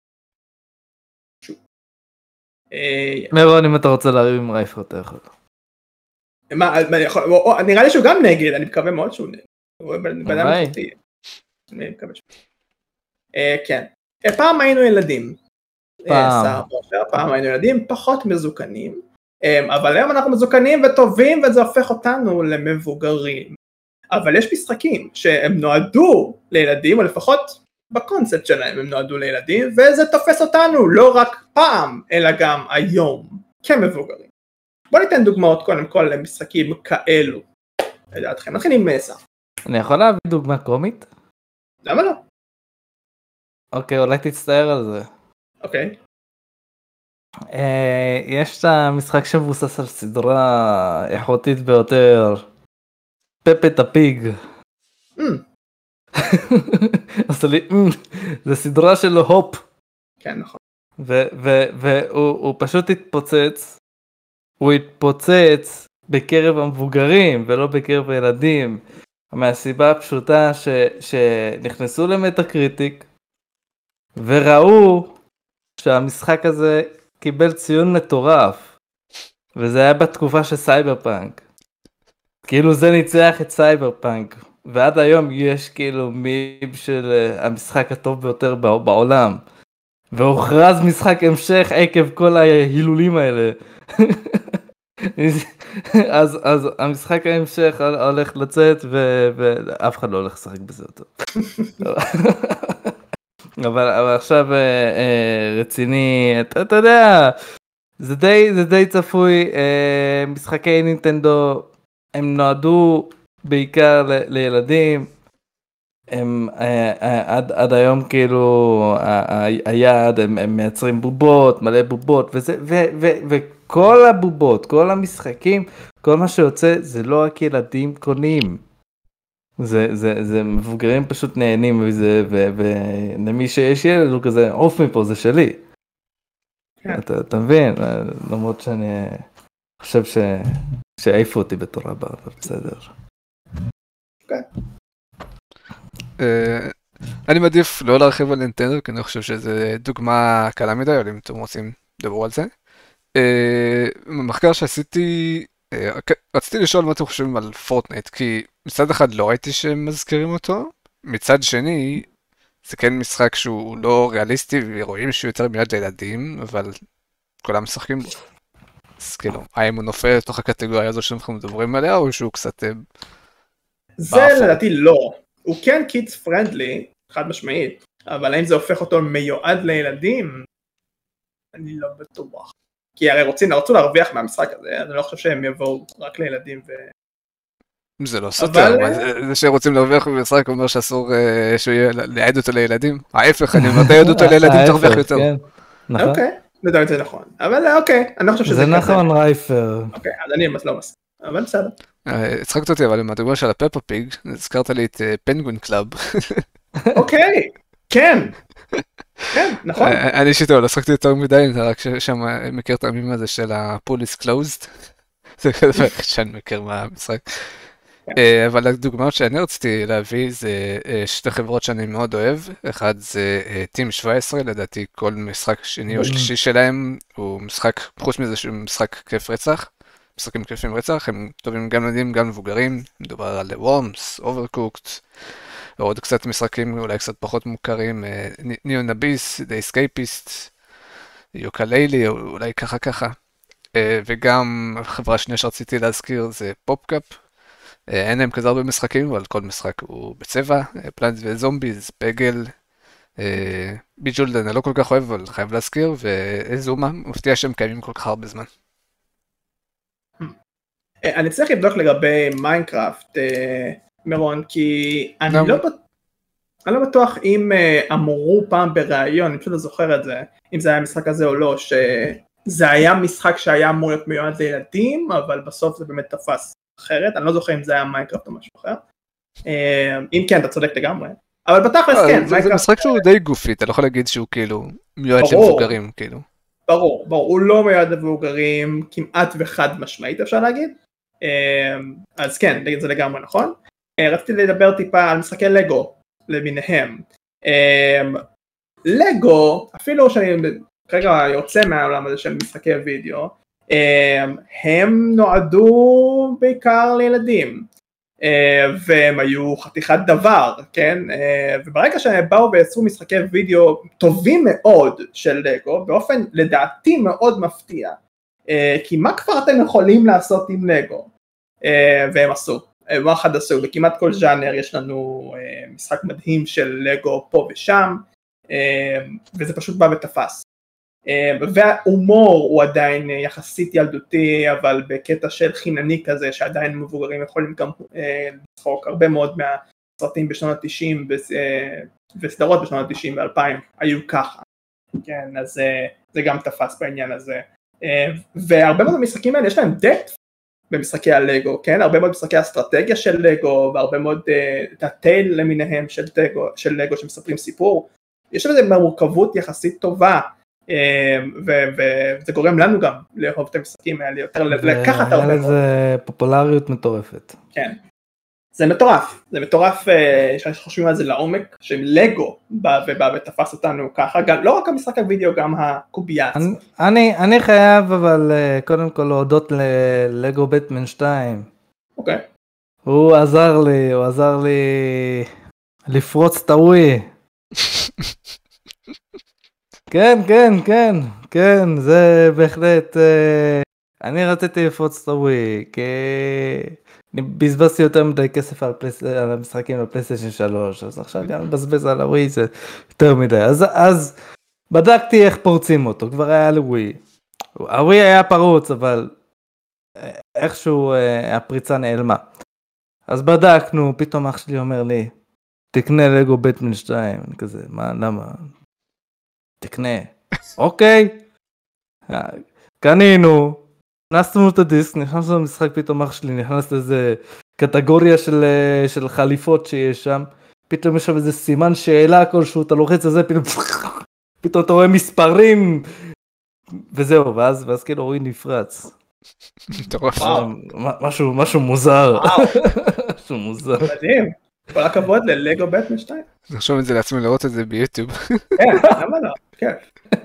מירון, אם אתה רוצה להריב עם רייפר, אתה יכול. נראה לי שהוא גם נגד, אני מקווה מאוד שהוא נגד. הוא בנאדם איכותי. אני מקווה שהוא. כן. פעם היינו ילדים. פעם היינו ילדים פחות מזוקנים, אבל היום אנחנו מזוקנים וטובים, וזה הופך אותנו למבוגרים. אבל יש משחקים שהם נועדו לילדים, או לפחות בקונספט שלהם הם נועדו לילדים, וזה תופס אותנו לא רק פעם, אלא גם היום, כמבוגרים. בוא ניתן דוגמאות קודם כל למשחקים כאלו. לדעתכם, נתחיל עם מסע. אני יכול להביא דוגמה קומית? למה לא? אוקיי, אולי תצטער על זה. אוקיי. יש את המשחק שמבוסס על סדרה איכותית ביותר, פפה את הפיג. זה סדרה של הופ. כן, נכון. והוא פשוט התפוצץ. הוא התפוצץ בקרב המבוגרים ולא בקרב הילדים. מהסיבה הפשוטה שנכנסו למטה-קריטיק וראו שהמשחק הזה קיבל ציון מטורף, וזה היה בתקופה של סייבר פאנק. כאילו זה ניצח את סייבר פאנק, ועד היום יש כאילו מיב של המשחק הטוב ביותר בעולם, והוכרז משחק המשך עקב כל ההילולים האלה. אז המשחק ההמשך הולך לצאת ואף אחד לא הולך לשחק בזה יותר. אבל עכשיו רציני, אתה יודע, זה די צפוי. משחקי נינטנדו הם נועדו בעיקר לילדים. הם עד היום כאילו היעד, הם מייצרים בובות, מלא בובות וזה, וכל הבובות, כל המשחקים, כל מה שיוצא זה לא רק ילדים קונים. זה מבוגרים פשוט נהנים מזה, ולמי שיש ילד הוא כזה, עוף מפה, זה שלי. אתה מבין? למרות שאני חושב שהעיפו אותי בתור הבא, אבל בסדר. אני מעדיף לא להרחיב על נינטנדו, כי אני חושב שזה דוגמה קלה מדי, אבל אם אתם רוצים לדבר על זה. במחקר שעשיתי, רציתי לשאול מה אתם חושבים על פורטנייט, כי מצד אחד לא ראיתי שהם מזכירים אותו, מצד שני זה כן משחק שהוא לא ריאליסטי, ורואים שהוא יותר מיד לילדים, אבל כולם משחקים בו. אז כאילו, האם הוא נופל לתוך הקטגוריה הזו שאנחנו מדברים עליה, או שהוא קצת זה לדעתי לא. הוא כן קידס פרנדלי, חד משמעית, אבל האם זה הופך אותו מיועד לילדים? אני לא בטוח. כי הרי רצו להרוויח מהמשחק הזה, אז אני לא חושב שהם יבואו רק לילדים זה לא סותר, זה שרוצים להרוויח במשחק אומר שאסור להעד אותו לילדים. ההפך, אני אומר, תעד אותו לילדים תרוויח יותר. אוקיי, לדעת זה נכון. אבל אוקיי, אני לא חושב שזה זה נכון רייפר. אוקיי, אז אני לא מסכים, אבל בסדר. הצחקת אותי, אבל עם הדוגמה של הפפה פיג, הזכרת לי את פנגווין קלאב. אוקיי, כן. כן, נכון. אני אישית לא שחקתי יותר מדי, רק שם מכיר את המימה הזה של ה-pool is closed. זה כזה שאני מכיר מהמשחק. אבל הדוגמאות שאני רציתי להביא זה שתי חברות שאני מאוד אוהב. אחד זה טים 17, לדעתי כל משחק שני או שלישי שלהם הוא משחק, חוץ מזה שהוא משחק כיף רצח. משחקים כיפים רצח, הם טובים גם ילדים, גם מבוגרים. מדובר על וורמס, אוברקוקט, ועוד קצת משחקים אולי קצת פחות מוכרים, ניאון אביס, די אסקייפיסט, יוקללי, אולי ככה. וגם חברה שנייה שרציתי להזכיר זה פופקאפ. אין להם כזה הרבה משחקים, אבל כל משחק הוא בצבע. פלנט וזומביז, פגל, ביג'ולד אני לא כל כך אוהב, אבל חייב להזכיר, וזומה, מפתיע שהם קיימים כל כך הרבה זמן. אני צריך לבדוק לגבי מיינקראפט, מרון, כי אני לא בטוח אם אמרו פעם בראיון, אני פשוט לא זוכר את זה, אם זה היה משחק הזה או לא, שזה היה משחק שהיה אמור להיות מיועד לילדים, אבל בסוף זה באמת תפס אחרת, אני לא זוכר אם זה היה מיינקראפט או משהו אחר, אם כן, אתה צודק לגמרי, אבל בתכלס כן. זה משחק שהוא די גופי, אתה לא יכול להגיד שהוא כאילו מיועד למבוגרים, כאילו. ברור, הוא לא מיועד למבוגרים, כמעט וחד משמעית אפשר להגיד, אז כן, זה לגמרי נכון. רציתי לדבר טיפה על משחקי לגו למיניהם. לגו, אפילו שאני כרגע יוצא מהעולם הזה של משחקי וידאו, הם נועדו בעיקר לילדים, והם היו חתיכת דבר, כן? וברגע שהם באו ויצרו משחקי וידאו טובים מאוד של לגו, באופן לדעתי מאוד מפתיע, כי מה כבר אתם יכולים לעשות עם לגו? והם עשו. ואחד עשו, וכמעט כל ז'אנר יש לנו משחק מדהים של לגו פה ושם, וזה פשוט בא ותפס. וההומור הוא עדיין יחסית ילדותי, אבל בקטע של חינני כזה, שעדיין מבוגרים יכולים גם לצחוק. הרבה מאוד מהסרטים בשנות ה-90 וסדרות בשנות ה-90 ו-2000 היו ככה. כן, אז זה גם תפס בעניין הזה. והרבה מאוד המשחקים האלה יש להם depth במשחקי הלגו, כן? הרבה מאוד משחקי אסטרטגיה של לגו, והרבה מאוד את הטייל למיניהם של לגו שמספרים סיפור. יש לזה מורכבות יחסית טובה, וזה גורם לנו גם לאהוב את המשחקים האלה, יותר לקחת הרבה מאוד. זה פופולריות מטורפת. כן. זה מטורף שחושבים על זה לעומק, שלגו בא ותפס אותנו ככה, לא רק המשחק הוידאו, גם הקובייה עצמו. אני חייב אבל קודם כל להודות ללגו בטמן 2. אוקיי. הוא עזר לי לפרוץ את הווי. כן, זה בהחלט, אני רציתי לפרוץ את הווי, כי אני בזבזתי יותר מדי כסף על המשחקים בפלייסטיישן 3, אז עכשיו גם לבזבז על הווי זה יותר מדי, אז בדקתי איך פורצים אותו, כבר היה לווי, הווי היה פרוץ, אבל איכשהו הפריצה נעלמה, אז בדקנו, פתאום אח שלי אומר לי, תקנה לגו בטמן 2, אני כזה, למה? תקנה, אוקיי, קנינו, נכנסנו את הדיסק, נכנסנו למשחק, פתאום אח שלי נכנס לאיזה קטגוריה של חליפות שיש שם, פתאום יש שם איזה סימן שאלה כלשהו, אתה לוחץ על זה, פתאום אתה רואה מספרים, וזהו, ואז כאילו רואים נפרץ. משהו מוזר. משהו מוזר. מדהים. כל הכבוד ללגו בטמן 2. נחשוב את זה לעצמי לראות את זה ביוטיוב. כן, למה לא? כן.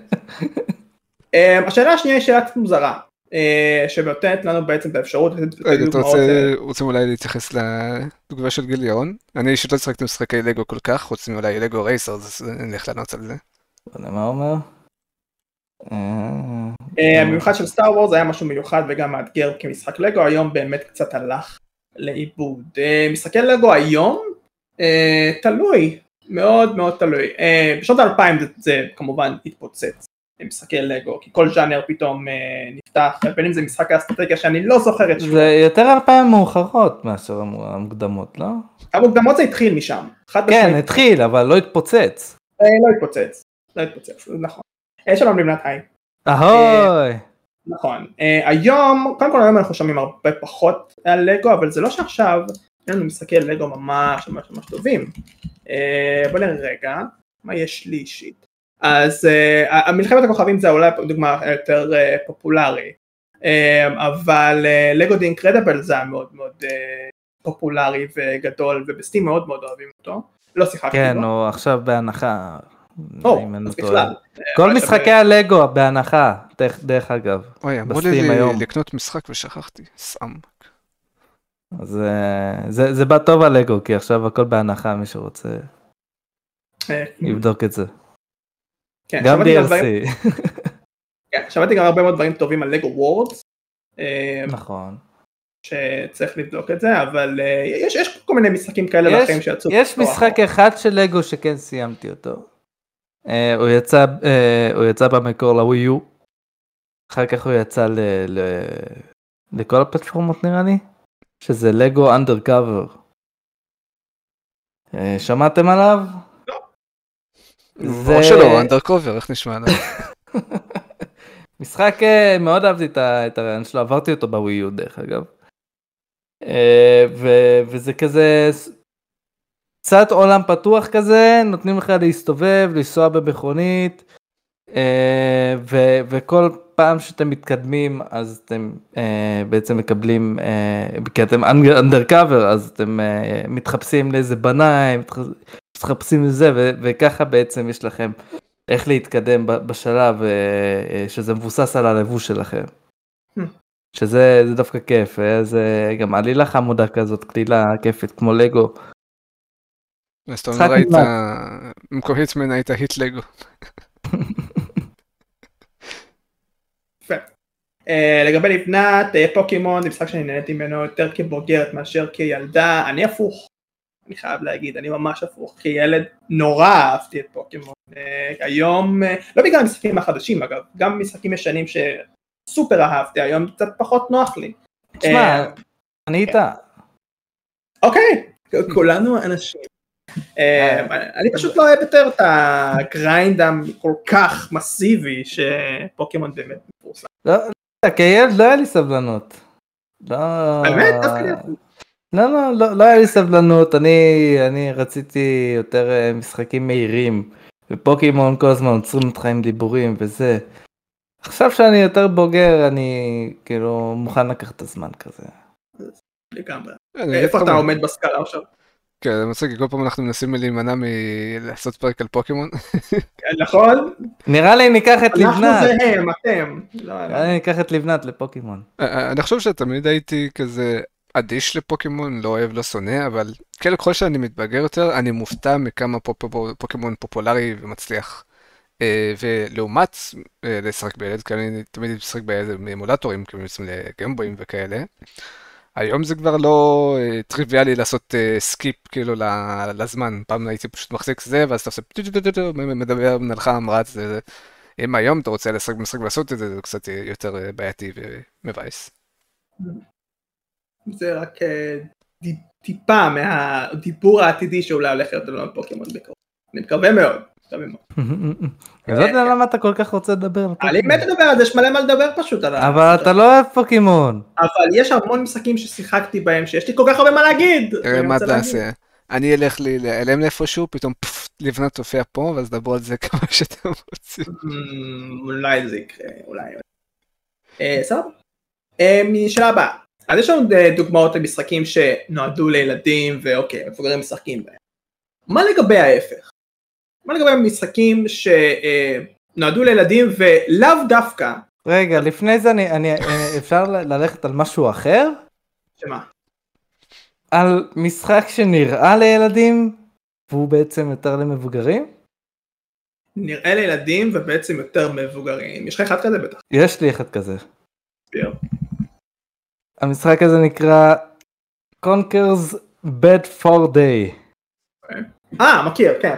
השאלה השנייה היא שאלה מוזרה, שנותנת לנו בעצם את האפשרות. רגע, אתה רוצים אולי להתייחס לדוגמה של גיל ירון? אני אישית לא צחקתי משחקי לגו כל כך, חוץ מאולי לגו רייסר, אז נלך לענות על זה. מה אומר? במיוחד של סטאר וורס, זה היה משהו מיוחד וגם מאתגר כמשחק לגו, היום באמת קצת הלך לאיבוד. משחקי לגו היום תלוי, מאוד מאוד תלוי. בשנות 2000 זה כמובן התפוצץ, משחקי לגו, כי כל ז'אנר פתאום נפתח, בין אם זה משחק האסטרטגיה שאני לא זוכר את שמו. זה יותר 2000 מאוחרות מאשר המוקדמות, לא? המוקדמות זה התחיל משם. כן, התחיל, אבל לא התפוצץ. לא התפוצץ, נכון. שלום לבנת, היי. אהוי. נכון. היום, קודם כל היום אנחנו שומעים הרבה פחות על לגו, אבל זה לא שעכשיו, אין לנו משחקי לגו ממש טובים. בוא נראה רגע, מה יש לי אישית? אז מלחמת הכוכבים זה אולי דוגמה יותר פופולרי, אבל לגו די אינקרדיבל זה מאוד מאוד פופולרי וגדול, ובסטים מאוד מאוד אוהבים אותו. לא שיחקתי בו. כן, הוא עכשיו בהנחה. אז בכלל. כל משחקי הלגו בהנחה, דרך אגב. אוי, אמרו לי לקנות משחק ושכחתי, סאם. אז זה בא טוב הלגו, כי עכשיו הכל בהנחה, מי שרוצה יבדוק את זה. גם DLC. שמעתי גם הרבה מאוד דברים טובים על לגו וורדס. נכון. שצריך לבדוק את זה, אבל יש כל מיני משחקים כאלה ואחרים שיצאו. יש משחק אחד של לגו שכן סיימתי אותו. הוא יצא במקור לווי יו. אחר כך הוא יצא לכל הפלטפורמות נראה לי. שזה לגו אנדרקאבר. שמעתם עליו? לא. או שלא, אנדרקובר, איך נשמע עליו? משחק, מאוד אהבתי את הרעיון שלו, עברתי אותו בווי יו דרך אגב. וזה כזה קצת עולם פתוח כזה, נותנים לך להסתובב, לנסוע במכונית, וכל פעם שאתם מתקדמים אז אתם בעצם מקבלים, כי אתם undercover, אז אתם מתחפשים לאיזה בניים, מתחפשים לזה, וככה בעצם יש לכם איך להתקדם בשלב שזה מבוסס על הלבוש שלכם. שזה דווקא כיף, זה גם עלילה חמודה כזאת, כלילה כיפת כמו לגו. אז אתה אומר ראית, במקום היטמן היית היט לגו. לגבי לבנת, פוקימון זה משחק שאני נהניתי ממנו יותר כבוגרת מאשר כילדה, אני הפוך, אני חייב להגיד, אני ממש הפוך, כילד נורא אהבתי את פוקימון, היום, לא בגלל המשחקים החדשים אגב, גם משחקים ישנים שסופר אהבתי, היום קצת פחות נוח לי. תשמע, אני איתה. אוקיי, כולנו אנשים. אני פשוט לא אוהב יותר את הגריינד הכל כך מסיבי שפוקימון באמת מפורסם. כילד לא היה לי סבלנות. באמת? לא היה לי סבלנות, אני רציתי יותר משחקים מהירים, ופוקימון כל הזמן עוצרים אותך עם דיבורים וזה. עכשיו שאני יותר בוגר, אני כאילו מוכן לקחת את הזמן כזה. לגמרי. איפה אתה עומד בסקאלה עכשיו? כן, אני מצחיק, כל פעם אנחנו מנסים להימנע מלעשות פרק על פוקימון. נכון? נראה לי ניקח את לבנת. אנחנו זה הם, אתם. נראה לי ניקח את לבנת לפוקימון. אני חושב שתמיד הייתי כזה אדיש לפוקימון, לא אוהב, לא שונא, אבל ככל שאני מתבגר יותר, אני מופתע מכמה פוקימון פופולרי ומצליח. ולעומת לשחק בילד, כי אני תמיד משחק בילד מאמולטורים, כאילו לגיימבויים וכאלה. היום זה כבר לא טריוויאלי לעשות סקיפ כאילו לזמן, פעם הייתי פשוט מחזיק זה, ואז אתה עושה מדבר נלחם רץ, אם היום אתה רוצה לשחק במשחק ולעשות את זה, זה קצת יותר בעייתי ומבאס. זה רק טיפה מהדיבור העתידי שאולי הולך להיות לנו פוקימון בקרוב. אני מקווה מאוד. אני לא יודע למה אתה כל כך רוצה לדבר על פוקימון. אני באמת לדבר על זה, יש מלא מה לדבר פשוט על זה. אבל אתה לא אוהב פוקימון. אבל יש המון משחקים ששיחקתי בהם שיש לי כל כך הרבה מה להגיד. תראה מה תעשה. אני אלך להיעלם לאיפשהו, פתאום לבנת תופיע פה, ואז דברו על זה כמה שאתם רוצים. אולי זה יקרה, אולי. סבבה. משאלה הבאה. אז יש לנו דוגמאות למשחקים שנועדו לילדים, ואוקיי, מבוגרים משחקים בהם. מה לגבי ההפך? מה לגבי משחקים שנועדו לילדים ולאו דווקא? רגע, לפני זה אפשר ללכת על משהו אחר? שמה? על משחק שנראה לילדים, והוא בעצם יותר למבוגרים? נראה לילדים ובעצם יותר מבוגרים. יש לך אחד כזה בטח? יש לי אחד כזה. ספיר. המשחק הזה נקרא Conker's Bad Fur Day. מכיר, כן.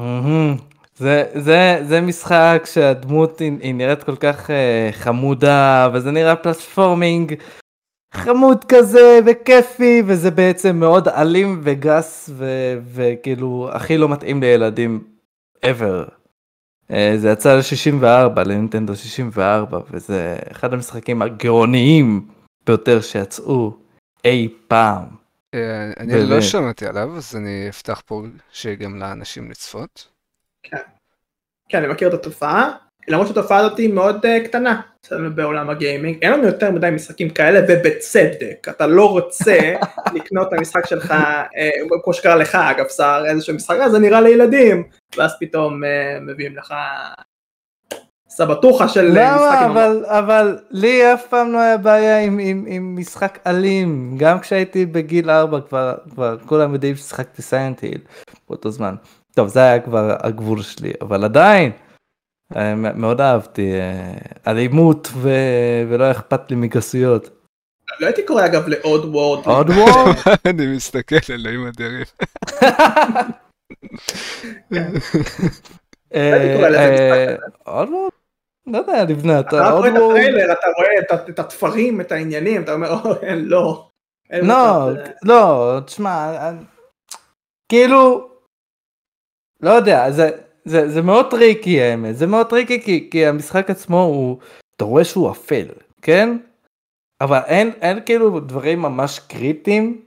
זה משחק שהדמות היא נראית כל כך חמודה, וזה נראה פלטפורמינג חמוד כזה וכיפי, וזה בעצם מאוד אלים וגס וכאילו הכי לא מתאים לילדים ever. זה יצא ל-64, לנינטנדו 64, וזה אחד המשחקים הגאוניים ביותר שיצאו אי פעם. אני לא שמעתי עליו, אז אני אפתח פה שגם לאנשים לצפות. כן, אני מכיר את התופעה, למרות שהתופעה הזאת היא מאוד קטנה בעולם הגיימינג. אין לנו יותר מדי משחקים כאלה, ובצדק, אתה לא רוצה לקנות את המשחק שלך, כמו שקרה לך, אגב, שר איזשהו משחק, זה נראה לילדים, ואז פתאום מביאים לך סבתוכה של משחקים. אבל לי אף פעם לא היה בעיה עם משחק אלים, גם כשהייתי בגיל 4 כבר כולם יודעים ששחקתי סיילנט היל באותו זמן. טוב, זה היה כבר הגבול שלי, אבל עדיין מאוד אהבתי אלימות ולא אכפת לי מגסויות. לא הייתי קורא אגב לעוד וורד. עוד וורד? אני מסתכל אלוהים אדירים. עוד וורד? לא יודע, לבנת. אתה רואה את הטריילר, אתה רואה את התפרים, את העניינים, אתה אומר, לא. לא, תשמע, כאילו, לא יודע, זה מאוד טריקי האמת, זה מאוד טריקי כי המשחק עצמו הוא, אתה רואה שהוא אפל, כן? אבל אין כאילו דברים ממש קריטיים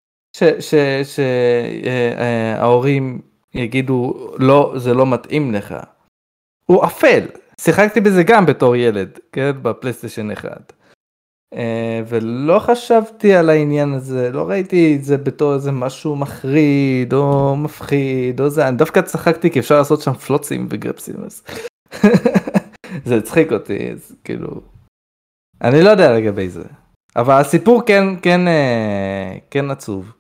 שההורים יגידו לא, זה לא מתאים לך. הוא אפל, שיחקתי בזה גם בתור ילד, כן? בפלייסטיישן 1. ולא חשבתי על העניין הזה, לא ראיתי את זה בתור איזה משהו מחריד או מפחיד או זה, אני דווקא צחקתי כי אפשר לעשות שם פלוצים וגרפסים, אז זה הצחיק אותי, אז כאילו, אני לא יודע לגבי זה, אבל הסיפור כן עצוב.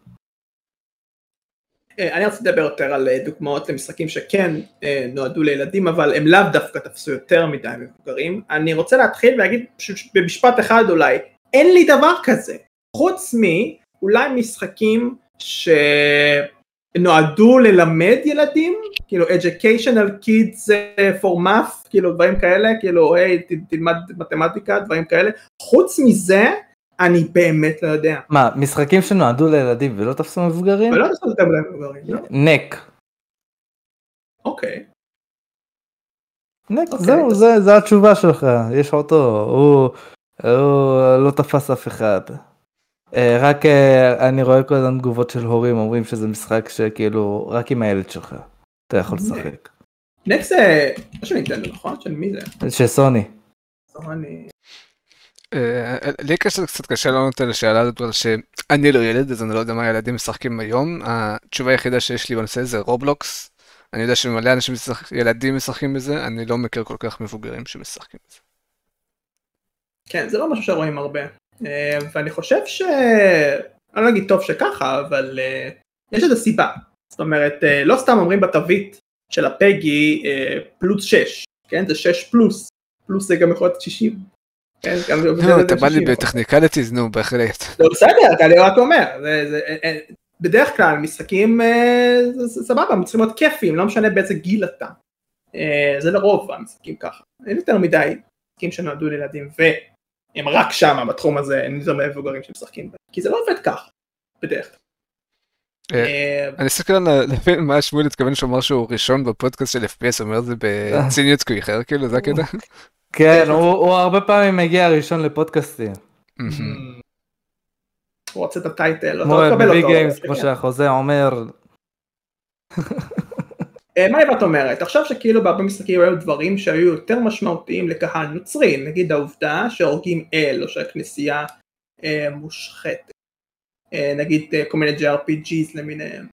אני רוצה לדבר יותר על דוגמאות למשחקים שכן נועדו לילדים, אבל הם לאו דווקא תפסו יותר מדי מבוגרים. אני רוצה להתחיל ולהגיד במשפט אחד אולי, אין לי דבר כזה, חוץ מאולי משחקים שנועדו ללמד ילדים, כאילו educational kids for math, כאילו דברים כאלה, כאילו היי תלמד מתמטיקה, דברים כאלה. חוץ מזה, אני באמת לא יודע. מה, משחקים שנועדו לילדים ולא תפסו מבוגרים? ולא תפסו אותם למבוגרים, לא? נק. אוקיי. נק, זהו, זה התשובה שלך, יש אותו, הוא לא תפס אף אחד. רק אני רואה כל הזמן תגובות של הורים אומרים שזה משחק שכאילו רק עם הילד שלך אתה יכול לשחק. נק זה של נינטנדו, נכון? של מי זה? של סוני. סוני. לי קצת קשה לענות על השאלה הזאת, אבל שאני לא ילד, אז אני לא יודע מה ילדים משחקים היום. התשובה היחידה שיש לי בנושא זה רובלוקס. אני יודע שמלא אנשים ילדים משחקים בזה, אני לא מכיר כל כך מבוגרים שמשחקים בזה. כן, זה לא משהו שרואים הרבה. ואני חושב אני לא אגיד טוב שככה, אבל יש איזו סיבה. זאת אומרת, לא סתם אומרים בתווית של הפגי פלוס 6, כן? זה 6 פלוס, פלוס זה גם יכול להיות 60. אתה בא לי בטכניקליטיז, נו, בהחלט. לא בסדר, אני רק אומר, בדרך כלל משחקים סבבה, משחקים מאוד כיפים, לא משנה באיזה גיל אתה. זה לרוב המשחקים ככה. אין יותר מדי משחקים שנועדו לילדים, והם רק שם בתחום הזה, אין יותר מבוגרים שמשחקים בהם, כי זה לא עובד ככה, בדרך כלל. אני אסתכל על מה שמואל התכוון שאומר שהוא ראשון בפודקאסט של FPS, אומר זה בציניות כויחר, כאילו, זה הקטע? כן, הוא הרבה פעמים מגיע ראשון לפודקאסטים. הוא רוצה את הטייטל, כמו בביג גיימס, כמו שהחוזה אומר. מה את אומרת? עכשיו שכאילו בהרבה משחקים היו דברים שהיו יותר משמעותיים לקהל נוצרי, נגיד העובדה שהורגים אל או שהכנסייה מושחתת, נגיד כל מיני JRPGs למיניהם.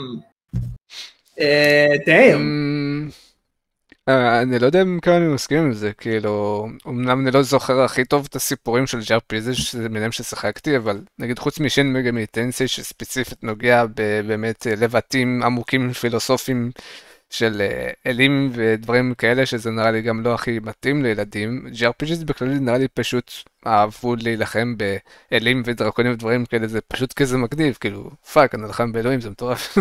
אני לא יודע כמה אני מסכים עם זה, כאילו, אמנם אני לא זוכר הכי טוב את הסיפורים של JRPG שזה מיניהם ששיחקתי, אבל נגיד חוץ משין מגמי טנסי שספציפית נוגע באמת לבטים עמוקים פילוסופיים של אלים ודברים כאלה, שזה נראה לי גם לא הכי מתאים לילדים. JRPG זה בכלל נראה לי פשוט אהבו להילחם באלים ודרקונים ודברים כאלה, זה פשוט כזה מגניב, כאילו, פאק, אני נלחם באלוהים, זה מטורף.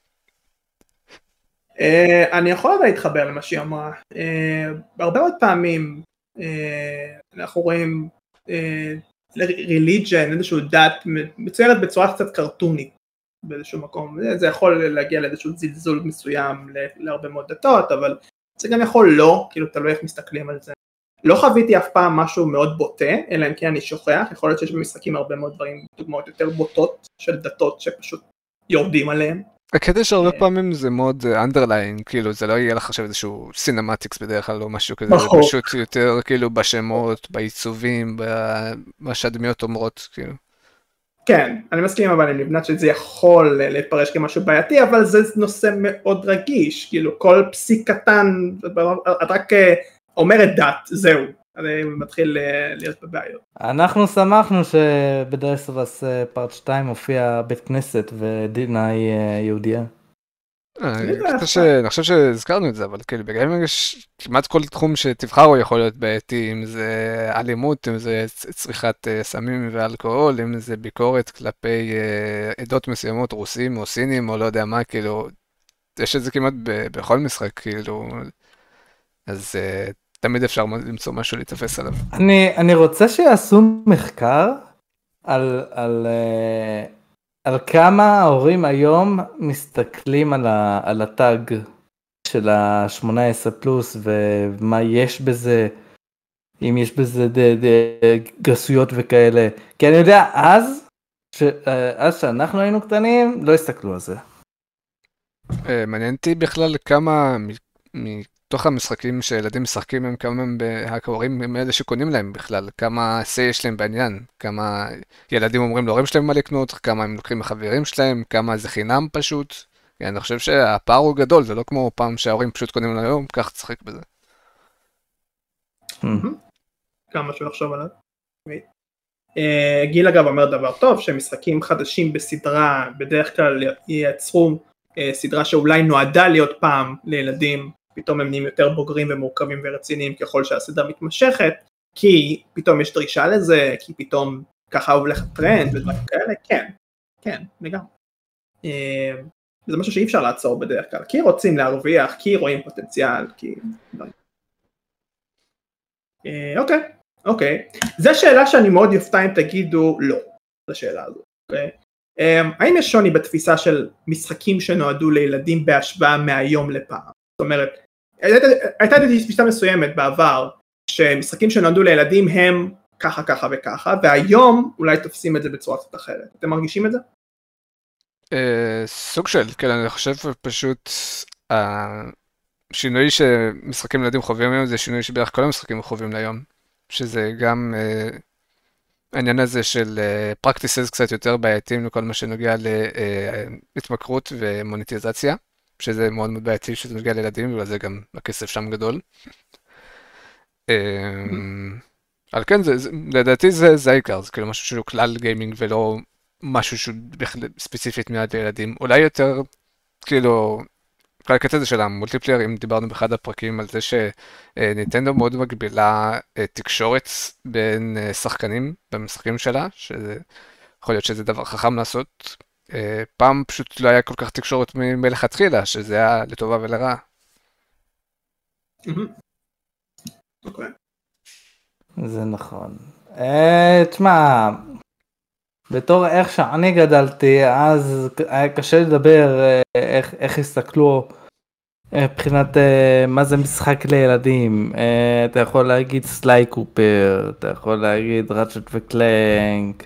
אני יכול להתחבר למה שהיא אמרה. הרבה מאוד פעמים אנחנו רואים religion, איזשהו דת, מצוירת בצורה קצת קרטונית באיזשהו מקום. זה יכול להגיע לאיזשהו זלזול מסוים להרבה מאוד דתות, אבל זה גם יכול לא, כאילו תלוי איך מסתכלים על זה. לא חוויתי אף פעם משהו מאוד בוטה, אלא אם כן אני שוכח, יכול להיות שיש במשחקים הרבה מאוד דברים, דוגמאות יותר בוטות של דתות שפשוט יורדים עליהם. הקטע שהרבה פעמים זה מאוד underline, כאילו זה לא יהיה לך עכשיו איזשהו סינמטיקס בדרך כלל או משהו כזה, זה פשוט יותר כאילו בשמות, בעיצובים, במה שהדמיות אומרות, כאילו. כן, אני מסכים אבל אני מבנת שזה יכול להתפרש כמשהו בעייתי, אבל זה נושא מאוד רגיש, כאילו כל פסיק קטן, את רק אומרת דת, זהו. אני מתחיל להיות בבעיות. אנחנו שמחנו שבדרס אוף אס פארט 2 הופיע בית כנסת ודינה היא יהודייה. אני חושב שהזכרנו את זה, אבל כאילו בגיימינג יש כמעט כל תחום שתבחר הוא יכול להיות בעייתי, אם זה אלימות, אם זה צריכת סמים ואלכוהול, אם זה ביקורת כלפי עדות מסוימות, רוסים או סינים או לא יודע מה, כאילו יש את זה כמעט בכל משחק, כאילו, אז תמיד אפשר למצוא משהו להתאפס עליו. אני רוצה שיעשו מחקר על כמה ההורים היום מסתכלים על הטאג של ה-18 פלוס ומה יש בזה, אם יש בזה גסויות וכאלה. כי אני יודע, אז שאנחנו היינו קטנים, לא הסתכלו על זה. מעניין אותי בכלל כמה מתוך המשחקים שילדים משחקים הם, כמה הם ההורים הם אלה שקונים להם בכלל, כמה say יש להם בעניין, כמה ילדים אומרים להורים שלהם מה לקנות, כמה הם לוקחים מחברים שלהם, כמה זה חינם פשוט. אני חושב שהפער הוא גדול, זה לא כמו פעם שההורים פשוט קונים להם, כך תשחק בזה. כמה משהו לחשוב עליו. גיל אגב אומר דבר טוב, שמשחקים חדשים בסדרה בדרך כלל ייצרו סדרה שאולי נועדה להיות פעם לילדים, פתאום הם נהיים יותר בוגרים ומורכבים ורציניים ככל שהסדרה מתמשכת, כי פתאום יש דרישה לזה, כי פתאום ככה הולך טרנד ודברים כאלה, כן, לגמרי. זה משהו שאי אפשר לעצור בדרך כלל, כי רוצים להרוויח, כי רואים פוטנציאל, כי... אוקיי, אוקיי, זו שאלה שאני מאוד יופתע אם תגידו לא, לשאלה הזו, אוקיי? האם יש שוני בתפיסה של משחקים שנועדו לילדים בהשוואה מהיום לפעם? זאת אומרת, הייתה תפיסה מסוימת בעבר, שמשחקים שנועדו לילדים הם ככה ככה וככה, והיום אולי תופסים את זה בצורה קצת אחרת. אתם מרגישים את זה? סוג של, כן, אני חושב פשוט, השינוי שמשחקים לילדים חווים היום, זה שינוי שבערך כל המשחקים חווים להיום, שזה גם העניין הזה של practices קצת יותר בעייתים לכל מה שנוגע להתמכרות ומוניטיזציה, שזה מאוד מאוד בעייתי שזה נוגע לילדים, ובגלל זה גם הכסף שם גדול. אבל כן, לדעתי זה העיקר, זה כאילו משהו שהוא כלל גיימינג ולא משהו שהוא ספציפית מיועד לילדים. אולי יותר, כאילו, כל הקטע הזה של המולטיפלייר, אם דיברנו באחד הפרקים על זה שניטנדו מאוד מגבילה תקשורת בין שחקנים במשחקים שלה, שיכול להיות שזה דבר חכם לעשות. פעם פשוט לא היה כל כך תקשורת מלכתחילה, שזה היה לטובה ולרעה. אוקיי. זה נכון. תשמע, בתור איך שאני גדלתי, אז היה קשה לדבר איך הסתכלו מבחינת מה זה משחק לילדים. אתה יכול להגיד סליי קופר, אתה יכול להגיד ראצ'ט וקלנק,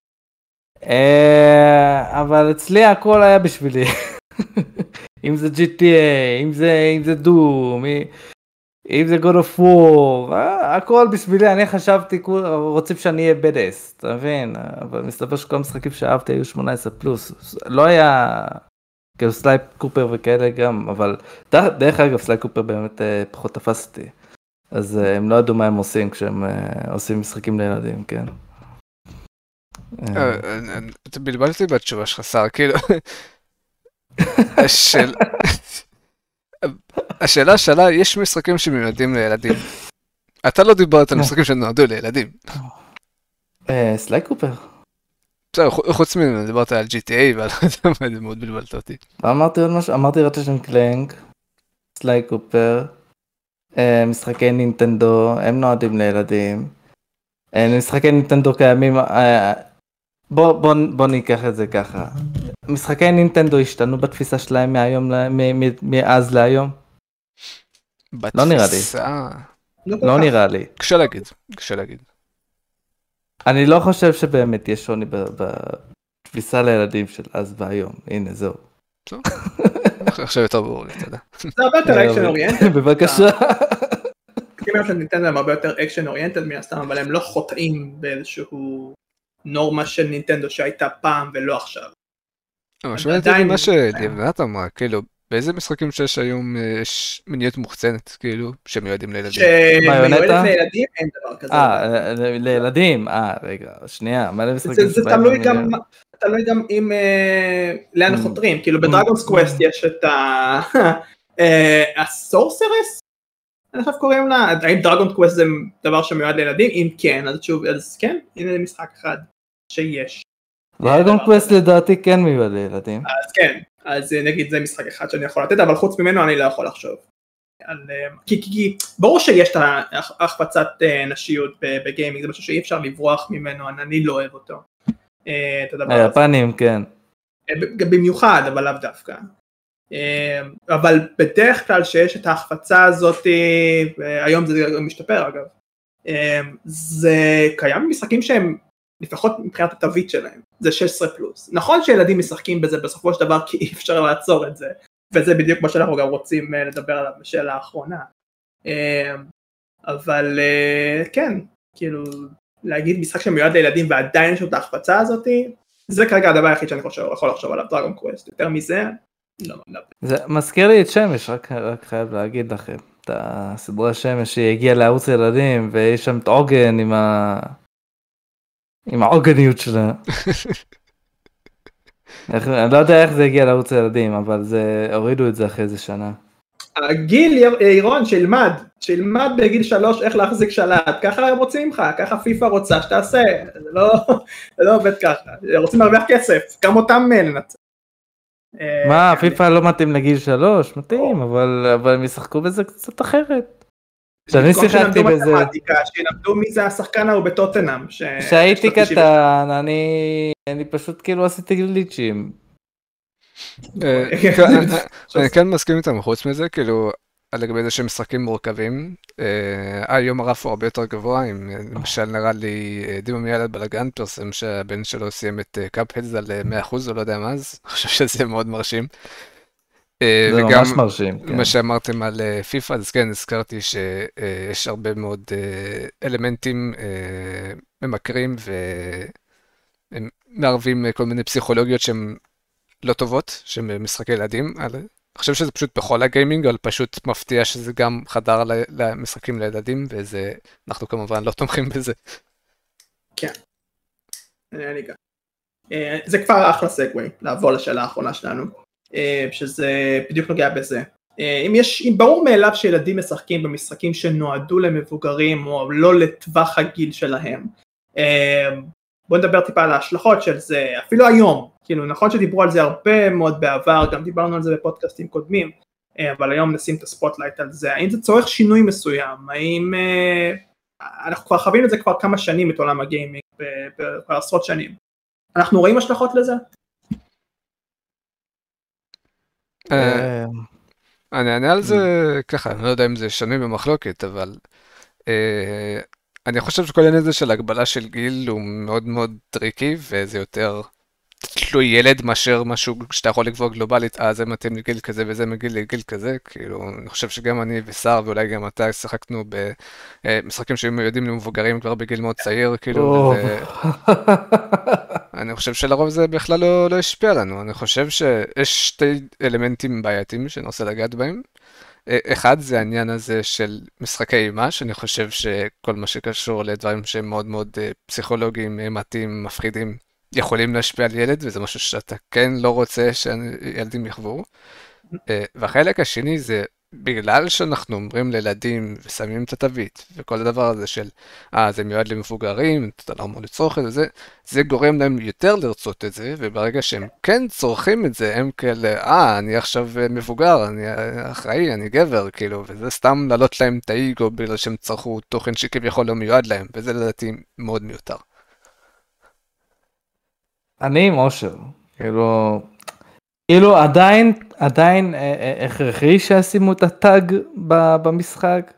אבל אצלי הכל היה בשבילי. אם זה GTA, אם זה דום, אם זה God of War, הכל בשבילי. אני חשבתי, רוצים שאני אהיה בדס, אתה מבין? אבל מסתבר שכל המשחקים שאהבתי היו 18 פלוס. לא היה כאילו סליי קופר וכאלה גם, אבל דרך אגב סליי קופר באמת פחות תפסתי. אז הם לא ידעו מה הם עושים כשהם עושים משחקים לילדים, כן? אתה בלבלתי בתשובה שלך, שר, כאילו. השאלה, יש משחקים שמיועדים לילדים. אתה לא דיברת על משחקים שנועדו לילדים. סליי קופר. בסדר, חוץ ממנו, דיברת על GTA, אבל זה מאוד בלבלת אותי. אמרתי עוד משהו, אמרתי ראצ'ט קלנק, סליי קופר, משחקי נינטנדו, הם נועדים לילדים. משחקי נינטנדו קיימים, בוא ניקח את זה ככה. משחקי נינטנדו השתנו בתפיסה שלהם מאז להיום? לא נראה לי. לא נראה לי. קשה להגיד. אני לא חושב שבאמת יש שוני בתפיסה לילדים של אז והיום. הנה, זהו. עכשיו יותר ברור לי, אתה יודע. זה הרבה יותר אקשן אוריינטד. בבקשה. כמעט שנינטנדו הם הרבה יותר אקשן אוריינטד מן הסתם, אבל הם לא חוטאים באיזשהו נורמה של נינטנדו שהייתה פעם ולא עכשיו. שמעתי מה שדיבנת אמרה, כאילו, באיזה משחקים שיש היום יש מיניות מוחצנת, כאילו, שמיועדים לילדים? שמיועדת לילדים אין דבר כזה. לילדים, רגע, שנייה, מה למשחקים? זה תלוי גם עם לאן חותרים, כאילו בדרגונס קווסט יש את הסורסרס, אני חושב קוראים לה, האם דרגון קווסט זה דבר שמיועד לילדים? אם כן, אז שוב, אז כן, הנה משחק אחד שיש. דרגון קווסט לדעתי כן מיועד לילדים. אז כן, אז נגיד זה משחק אחד שאני יכול לתת, אבל חוץ ממנו אני לא יכול לחשוב. כי ברור שיש את ההחפצת נשיות בגיימינג, זה משהו שאי אפשר לברוח ממנו, אני לא אוהב אותו. היפנים, כן. במיוחד, אבל לאו דווקא. אבל בדרך כלל שיש את ההחפצה הזאת, היום זה משתפר אגב, זה קיים במשחקים שהם לפחות מבחינת התווית שלהם, זה 16 פלוס. נכון שילדים משחקים בזה בסופו של דבר כי אי אפשר לעצור את זה, וזה בדיוק מה שאנחנו גם רוצים לדבר עליו בשאלה האחרונה. אבל כן, כאילו להגיד משחק שמיועד לילדים ועדיין יש את ההחפצה הזאת, זה כרגע הדבר היחיד שאני יכול לחשוב עליו, דרגון קווסט. יותר מזה, לא. זה מזכיר לי את שמש, רק חייב להגיד לכם, את הסדרה שמש שהגיעה לערוץ ילדים, ויש שם את עוגן עם העוגניות שלה. אני לא יודע איך זה הגיע לערוץ ילדים, אבל הורידו את זה אחרי איזה שנה. הגיל, אירון, שילמד בגיל 3 איך להחזיק שלט, ככה הם רוצים ממך, ככה פיפה רוצה שתעשה, זה לא עובד ככה, רוצים להרוויח כסף, גם אותם לנצח. מה, פיפה לא מתאים לגיל 3? מתאים, אבל הם ישחקו בזה קצת אחרת. שאני שיחקתי בזה, שילמדו מי זה השחקן ההוא בטוטנאם. שהייתי קטן, אני פשוט כאילו עשיתי גליצ'ים. אני כן מסכים איתם חוץ מזה, כאילו, לגבי זה שהם משחקים מורכבים, היום הרף הוא הרבה יותר גבוה, אם למשל נראה לי דימה מיילד בלגן פרסם שהבן שלו סיים את קאפהד על 100%, או לא יודע מה, אז אני חושב שזה מאוד מרשים. זה ממש מרשים. מה שאמרתם על פיפא, אז כן, הזכרתי שיש הרבה מאוד אלמנטים ממכרים ומערבים כל מיני פסיכולוגיות שהן לא טובות, שהן משחקי ילדים. אני חושב שזה פשוט בכל הגיימינג, אבל פשוט מפתיע שזה גם חדר למשחקים לילדים, ואנחנו כמובן לא תומכים בזה. כן. זה כבר אחלה סגווי, לעבור לשאלה האחרונה שלנו. שזה בדיוק נוגע בזה. אם ברור מאליו שילדים משחקים במשחקים שנועדו למבוגרים או לא לטווח הגיל שלהם, בוא נדבר טיפה על ההשלכות של זה, אפילו היום, כאילו נכון שדיברו על זה הרבה מאוד בעבר, גם דיברנו על זה בפודקאסטים קודמים, אבל היום נשים את הספוטלייט על זה, האם זה צורך שינוי מסוים, האם אנחנו כבר חווים את זה כבר כמה שנים את עולם הגיימינג, כבר עשרות שנים, אנחנו רואים השלכות לזה? אני אענה על זה ככה, אני לא יודע אם זה שנוי במחלוקת, אבל אני חושב שכל העניין הזה של הגבלה של גיל הוא מאוד מאוד טריקי, וזה יותר תלוי ילד מאשר משהו שאתה יכול לקבוע גלובלית, זה מתאים לגיל כזה וזה מגיל לגיל כזה, כאילו אני חושב שגם אני ושר ואולי גם אתה שיחקנו במשחקים שהיו מיועדים למבוגרים כבר בגיל מאוד צעיר, כאילו, אני חושב שלרוב זה בכלל לא השפיע לנו, אני חושב שיש שתי אלמנטים בעייתיים שאני רוצה לגעת בהם. אחד זה העניין הזה של משחקי אימה, שאני חושב שכל מה שקשור לדברים שהם מאוד מאוד פסיכולוגיים, אימתיים, מפחידים, יכולים להשפיע על ילד, וזה משהו שאתה כן לא רוצה שילדים יחוו. והחלק השני זה בגלל שאנחנו אומרים לילדים ושמים את התווית, וכל הדבר הזה של, זה מיועד למבוגרים, אתה לא אמור לצרוך את זה, זה גורם להם יותר לרצות את זה, וברגע שהם כן צורכים את זה, הם כאלה, אני עכשיו מבוגר, אני אחראי, אני גבר, כאילו, וזה סתם להעלות להם את האיגו, בגלל שהם צרכו תוכן שכביכול לא מיועד להם, וזה לדעתי מאוד מיותר. אני עם אושר, כאילו עדיין הכרחי שישימו את הטאג במשחק,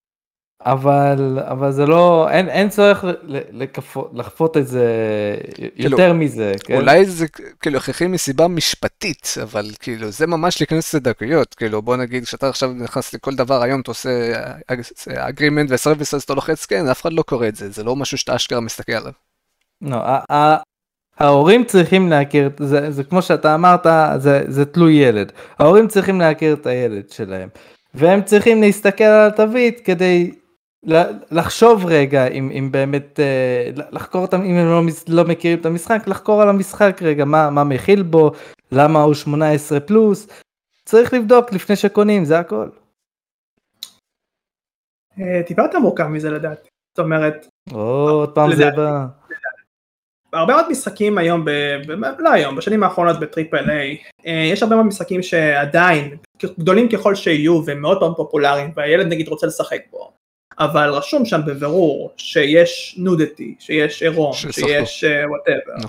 אבל זה לא, אין צורך לחפות את זה יותר מזה. אולי זה כאילו הכרחי מסיבה משפטית, אבל כאילו זה ממש להיכנס לדקויות, כאילו בוא נגיד שאתה עכשיו נכנס לכל דבר היום, אתה עושה agreement ו-services, אתה לוחץ, כן, אף אחד לא קורא את זה, זה לא משהו שאתה אשכרה מסתכל עליו. לא, ההורים צריכים להכיר, זה כמו שאתה אמרת, זה תלוי ילד. ההורים צריכים להכיר את הילד שלהם. והם צריכים להסתכל על התווית כדי לחשוב רגע, אם באמת, לחקור אותם, אם הם לא מכירים את המשחק, לחקור על המשחק רגע, מה מכיל בו, למה הוא 18 פלוס. צריך לבדוק לפני שקונים, זה הכל. טיפה יותר מורכב מזה לדעתי. זאת אומרת... עוד פעם זה בא... הרבה מאוד משחקים היום, לא היום, בשנים האחרונות בטריפל איי, יש הרבה מאוד משחקים שעדיין, גדולים ככל שיהיו ומאוד מאוד פופולריים, והילד נגיד רוצה לשחק בו, אבל רשום שם בבירור שיש נודטי, שיש עירום, שיש whatever.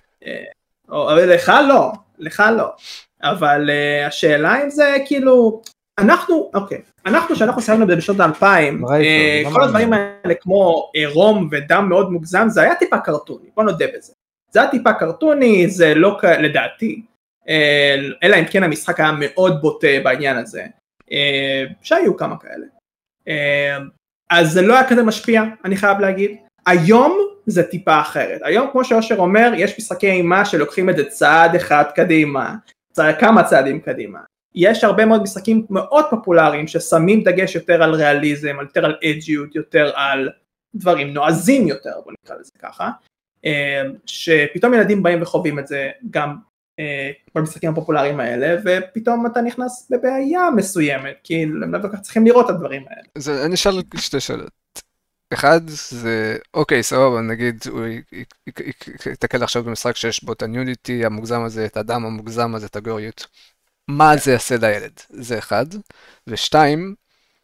לך לא, אבל השאלה אם זה כאילו, אנחנו שאנחנו שחקנו בשנות ה-2000, כל הדברים האלה כמו עירום ודם מאוד מוגזם, זה היה טיפה קרטוני, בוא נודה בזה. זה היה טיפה קרטוני, זה לא לדעתי, אלא אם כן המשחק היה מאוד בוטה בעניין הזה, שהיו כמה כאלה. אז זה לא היה כזה משפיע, אני חייב להגיד. היום זה טיפה אחרת. היום כמו שאושר אומר, יש משחקי אימה שלוקחים את זה צעד אחד קדימה, כמה צעדים קדימה. יש הרבה מאוד משחקים מאוד פופולריים ששמים דגש יותר על ריאליזם, יותר על אג'יות, יותר על דברים נועזים יותר, בוא נקרא לזה ככה, שפתאום ילדים באים וחווים את זה גם במשחקים הפופולריים האלה, ופתאום אתה נכנס בבעיה מסוימת, כי הם לא צריכים לראות את הדברים האלה. אני אשאל שתי שאלות. אחד זה, אוקיי, סבבה, נגיד, הוא יתקל עכשיו במשחק שיש בו את הניודיטי המוגזם הזה, את הדם המוגזם הזה, את הגוריות. מה זה יעשה לילד? זה אחד. ושתיים,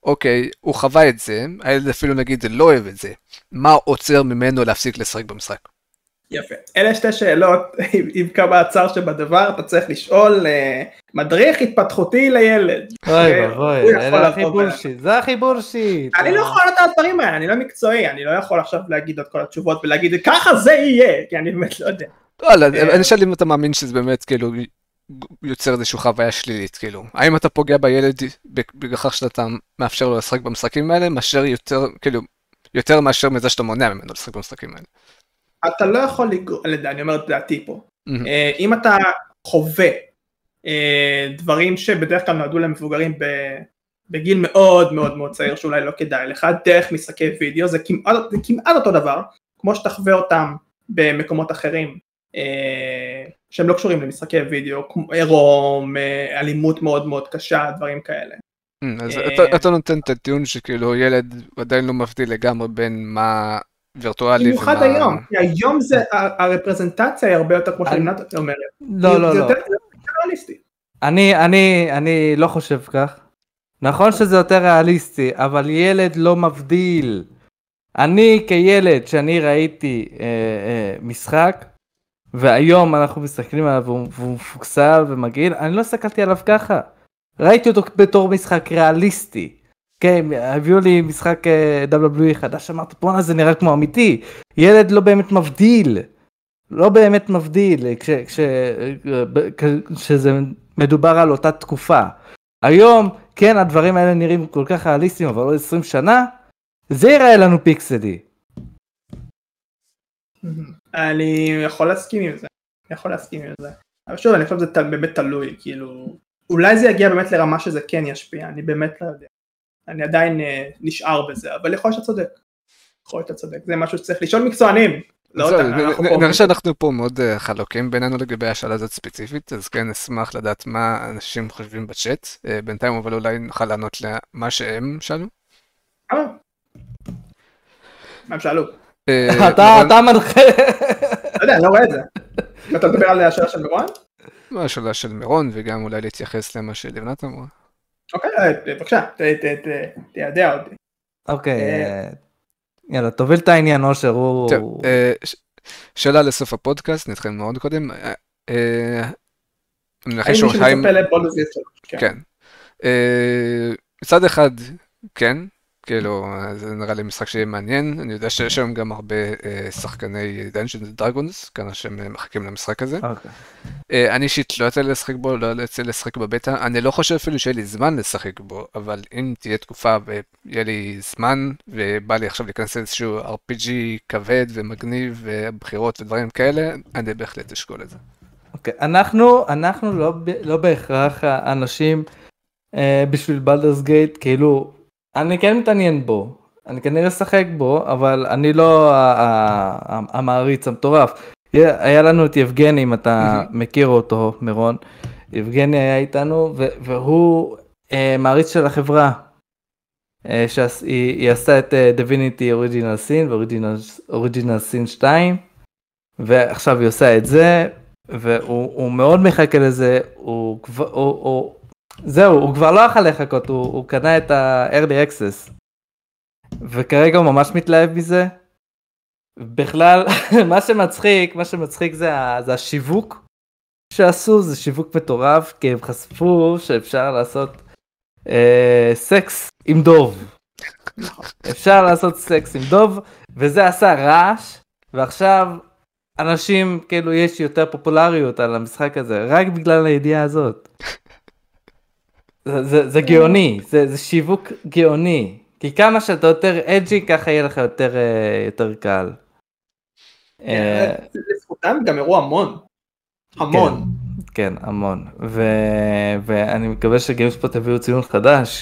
אוקיי, הוא חווה את זה, הילד אפילו נגיד לא אוהב את זה, מה עוצר ממנו להפסיק לשחק במשחק? יפה, אלה שתי שאלות עם כמה הצער שבדבר, אתה צריך לשאול מדריך התפתחותי לילד. אוי ואבוי, זה הכי בולשיט, זה הכי בולשיט. אני לא יכול לדעת הדברים האלה, אני לא מקצועי, אני לא יכול עכשיו להגיד את כל התשובות ולהגיד ככה זה יהיה, כי אני באמת לא יודע. אני שואל אם אתה מאמין שזה באמת כאילו יוצר איזושהי חוויה שלילית, כאילו. האם אתה פוגע בילד בכך שאתה מאפשר לו לשחק במשחקים האלה, מאשר יותר, כאילו, יותר מאשר מזה שאתה מונע ממנו לשחק במשחקים האלה? אתה לא יכול לגרום, אני אומר את דעתי פה, אם אתה חווה דברים שבדרך כלל נועדו למבוגרים בגיל מאוד מאוד מאוד צעיר שאולי לא כדאי לך, דרך משחקי וידאו, זה כמעט אותו דבר, כמו שתחווה אותם במקומות אחרים, שהם לא קשורים למשחקי וידאו, כמו עירום, אלימות מאוד מאוד קשה, דברים כאלה. אז אתה נותן את הטיעון שכאילו ילד עדיין לא מבדיל לגמרי בין מה וירטואלי ומה... במיוחד היום, כי היום זה, הרפרזנטציה היא הרבה יותר כמו שלימנת אומרת. לא. זה יותר ריאליסטי. אני לא חושב כך. נכון שזה יותר ריאליסטי, אבל ילד לא מבדיל. אני כילד שאני ראיתי משחק, והיום אנחנו מסתכלים עליו והוא מפוקסל ומגעיל, אני לא הסתכלתי עליו ככה. ראיתי אותו בתור משחק ריאליסטי. כן, הביאו לי משחק WWE חדש, אמרתי, בואנה זה נראה כמו אמיתי. ילד לא באמת מבדיל. לא באמת מבדיל כשזה מדובר על אותה תקופה. היום, כן, הדברים האלה נראים כל כך ריאליסטיים, אבל עוד 20 שנה, זה יראה לנו פיקסלי. אני יכול להסכים עם זה. אבל שוב, אני חושב שזה באמת תלוי, כאילו, אולי זה יגיע באמת לרמה שזה כן ישפיע, אני באמת לא יודע. אני עדיין נשאר בזה, אבל יכול להיות שאתה צודק. זה משהו שצריך לשאול מקצוענים. נראה שאנחנו פה מאוד חלוקים בינינו לגבי השאלה הזאת ספציפית, אז כן נשמח לדעת מה אנשים חושבים בצ'אט, בינתיים אבל אולי נוכל לענות למה שהם שאלו. מה הם שאלו? אתה מנחה. לא יודע, אני לא רואה את זה. אתה מדבר על השאלה של מירון? השאלה של מירון, וגם אולי להתייחס למה שלבנת אמרה. אוקיי, בבקשה, תיידע אותי. אוקיי, יאללה, תוביל את העניין, אושר, טוב, שאלה לסוף הפודקאסט, נתחיל מאוד קודם. האם מישהו מצפה לבולוזית שלו? כן. מצד אחד, כן. כאילו, זה נראה לי משחק שיהיה מעניין, אני יודע שיש היום גם הרבה שחקני Dungeons & Dragons, כאן שהם מחכים למשחק הזה. אני אישית לא יצא לי לשחק בו, לא יצא לי לשחק בבטא, אני לא חושב אפילו שיהיה לי זמן לשחק בו, אבל אם תהיה תקופה ויהיה לי זמן, ובא לי עכשיו להיכנס לאיזשהו RPG כבד ומגניב, ובחירות ודברים כאלה, אני בהחלט אשקול את זה. אוקיי, אנחנו לא בהכרח האנשים בשביל בלדרס גייט, כאילו, אני כן מתעניין בו, אני כנראה אשחק בו, אבל אני לא המעריץ המטורף. היה לנו את יבגני, אם אתה מכיר אותו, מירון. יבגני היה איתנו, והוא מעריץ של החברה, שהיא עשתה את Divinity Original Sin ו-Original Sin 2, ועכשיו היא עושה את זה, והוא מאוד מחכה לזה, זהו, הוא כבר לא יכול לחכות, הוא קנה את ה-Early Access, וכרגע הוא ממש מתלהב מזה. בכלל, מה שמצחיק זה השיווק שעשו, זה שיווק מטורף, כי הם חשפו שאפשר לעשות סקס עם דוב. אפשר לעשות סקס עם דוב, וזה עשה רעש, ועכשיו אנשים, כאילו, יש יותר פופולריות על המשחק הזה, רק בגלל הידיעה הזאת. זה גאוני, זה שיווק גאוני, כי כמה שאתה יותר אג'י, ככה יהיה לך יותר קל. לזכותם גם הראו המון. כן, המון, ואני מקווה שגיימספוט הביאו ציון חדש,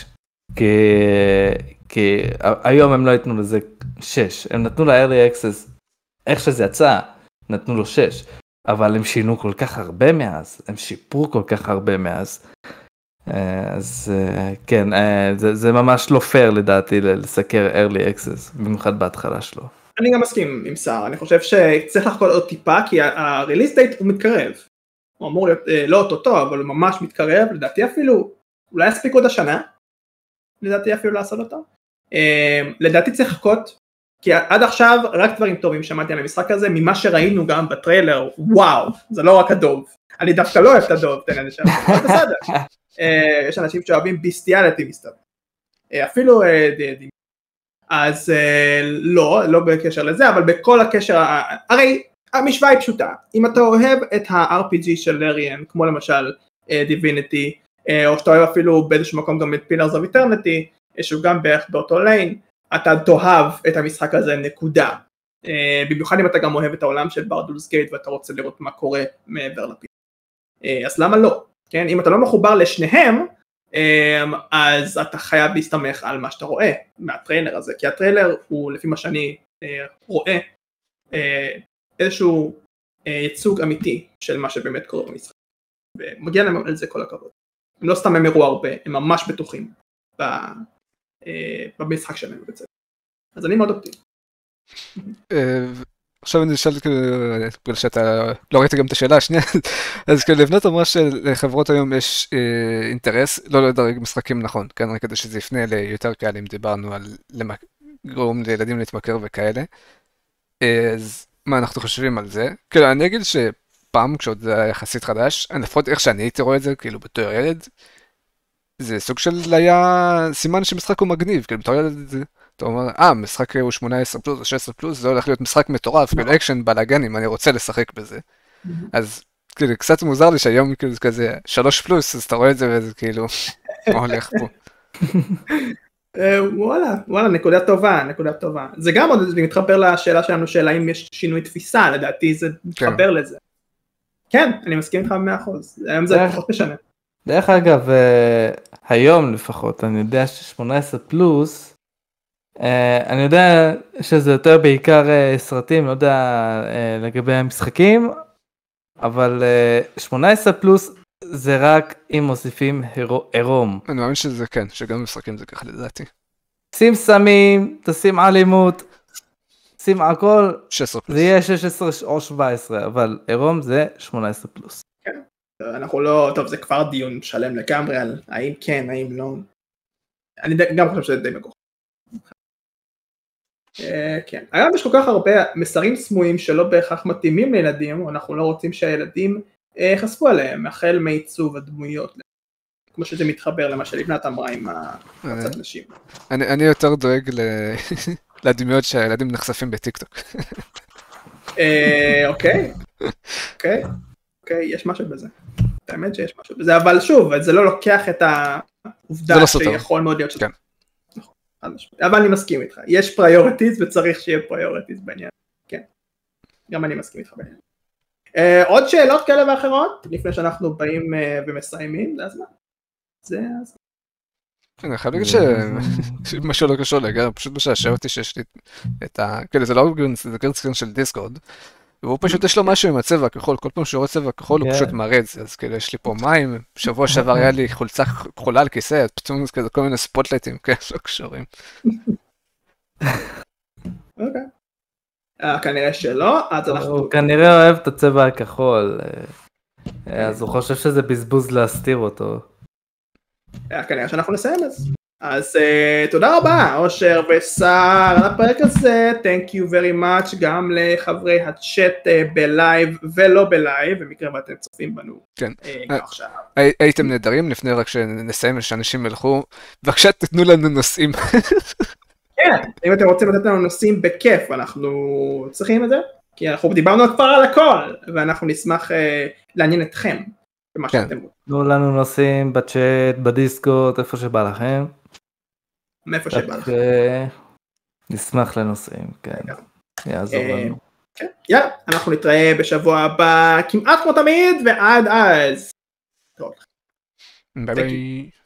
כי היום הם לא יתנו לזה 6, הם נתנו ל-Early Access, איך שזה יצא, נתנו לו 6, אבל הם שינו כל כך הרבה מאז, הם שיפרו כל כך הרבה מאז, אז כן, זה ממש לא פייר לדעתי לסקר Early Access, במיוחד בהתחלה שלו. אני גם מסכים עם שר, אני חושב שצריך לחכות עוד טיפה, כי ה-release date הוא מתקרב, הוא אמור להיות לא אותו, אבל הוא ממש מתקרב, לדעתי אפילו, אולי יספיק עוד השנה, לדעתי אפילו לעשות אותו. לדעתי צריך לחכות, כי עד עכשיו רק דברים טובים שמעתי על המשחק הזה, ממה שראינו גם בטריילר, וואו, זה לא רק הדוב, אני דווקא לא אוהב את הדוב, תן לי שם, בסדר, יש אנשים שאוהבים ביסטיאליטי מסתבר, אפילו אז לא בקשר לזה, אבל בכל הקשר, הרי המשוואה היא פשוטה, אם אתה אוהב את ה-RPG של לריאן, כמו למשל דיביניטי, או שאתה אוהב אפילו באיזשהו מקום גם את פילרס אוף איטרניטי, שהוא גם בערך באותו ליין, אתה תאהב את המשחק הזה נקודה, במיוחד אם אתה גם אוהב את העולם של ברדולס גייט ואתה רוצה לראות מה קורה מעבר לפיל, אז למה לא? כן? אם אתה לא מחובר לשניהם, אז אתה חייב להסתמך על מה שאתה רואה מהטריילר הזה, כי הטריילר הוא לפי מה שאני רואה איזשהו ייצוג אמיתי של מה שבאמת קורה במשחק, ומגיע להם על זה כל הכבוד. הם לא סתם הם הראו הרבה, הם ממש בטוחים במשחק שלהם בצד. אז אני מאוד אופטימי. עכשיו אני אשאל, בגלל שאתה לא ראית גם את השאלה השנייה, אז לבנת אמרה שלחברות היום יש אינטרס לא לדרג משחקים נכון, כנראה כדי שזה יפנה ליותר קהלים, דיברנו על לגרום לילדים להתמכר וכאלה, אז מה אנחנו חושבים על זה? כאילו אני אגיד שפעם כשעוד זה היה יחסית חדש, לפחות איך שאני הייתי רואה את זה, כאילו בתור ילד, זה סוג של היה סימן שמשחק הוא מגניב, כאילו בתור ילד אתה אומר, משחק הוא 18 פלוס או 16 פלוס, זה הולך להיות משחק מטורף, כאילו אקשן בלאגנים, אני רוצה לשחק בזה. אז כאילו קצת מוזר לי שהיום כאילו כזה 3 פלוס, אז אתה רואה את זה וזה כאילו, מה הולך פה? וואלה, נקודה טובה. זה גם עוד מתחבר לשאלה שלנו, שאלה אם יש שינוי תפיסה, לדעתי זה מתחבר לזה. כן, אני מסכים איתך ב100%, היום זה פחות משנה. דרך אגב, היום לפחות, אני יודע ש18 פלוס, אני יודע שזה יותר בעיקר סרטים, לא יודע לגבי המשחקים, אבל 18 פלוס זה רק אם מוסיפים עירום. אני מאמין שזה כן, שגם משחקים זה ככה לדעתי. שים סמים, תשים אלימות, שים הכל, 16 פלוס. זה יהיה 16 או 17, אבל עירום זה 18 פלוס. כן, אנחנו לא, טוב זה כבר דיון שלם לגמרי על האם כן, האם לא. אני גם חושב שזה די מגוחך. כן, היום יש כל כך הרבה מסרים סמויים שלא בהכרח מתאימים לילדים, אנחנו לא רוצים שהילדים חשפו עליהם, החל מעיצוב הדמויות, כמו שזה מתחבר למה שלבנת אמרה עם קצת נשים. אני יותר דואג לדמויות שהילדים נחשפים בטיקטוק. אוקיי, יש משהו בזה, האמת שיש משהו בזה, אבל שוב, זה לא לוקח את העובדה שיכול מאוד להיות שזה. אבל אני מסכים איתך, יש פריורטיז וצריך שיהיה פריורטיז בעניין, כן, גם אני מסכים איתך בעניין. עוד שאלות כאלה ואחרות, לפני שאנחנו באים ומסיימים, זה הזמן. אני חייב להגיד שמשהו לא קשור לגמרי, פשוט משעשע אותי שיש לי את ה... כאילו זה לא גרדסקרין של דיסקורד, והוא פשוט יש לו משהו עם הצבע הכחול, כל פעם שהוא רואה צבע כחול הוא פשוט מראה את זה, אז כאילו יש לי פה מים, שבוע שעבר היה לי חולצה כחולה על כיסא, פתאום כזה כל מיני ספוטלייטים כאלה לא קשורים. אוקיי. כנראה שלא, אז אנחנו... הוא כנראה אוהב את הצבע הכחול, אז הוא חושב שזה בזבוז להסתיר אותו. כנראה שאנחנו נסיים אז תודה רבה אושר ושרה על הפרק הזה, thank you very much גם לחברי הצ'אט בלייב ולא בלייב, במקרה ואתם צופים בנו עכשיו. הייתם נהדרים, לפני רק שנסיים שאנשים ילכו, בבקשה תתנו לנו נושאים. כן, אם אתם רוצים לתת לנו נושאים בכיף, אנחנו צריכים את זה, כי אנחנו דיברנו כבר על הכל, ואנחנו נשמח לעניין אתכם. תנו לנו נושאים בצ'אט, בדיסקורד, איפה שבא לכם. מאיפה שבא לכם. נשמח לנושאים, כן. יעזור לנו. יאללה, אנחנו נתראה בשבוע הבא כמעט כמו תמיד, ועד אז. ביי ביי.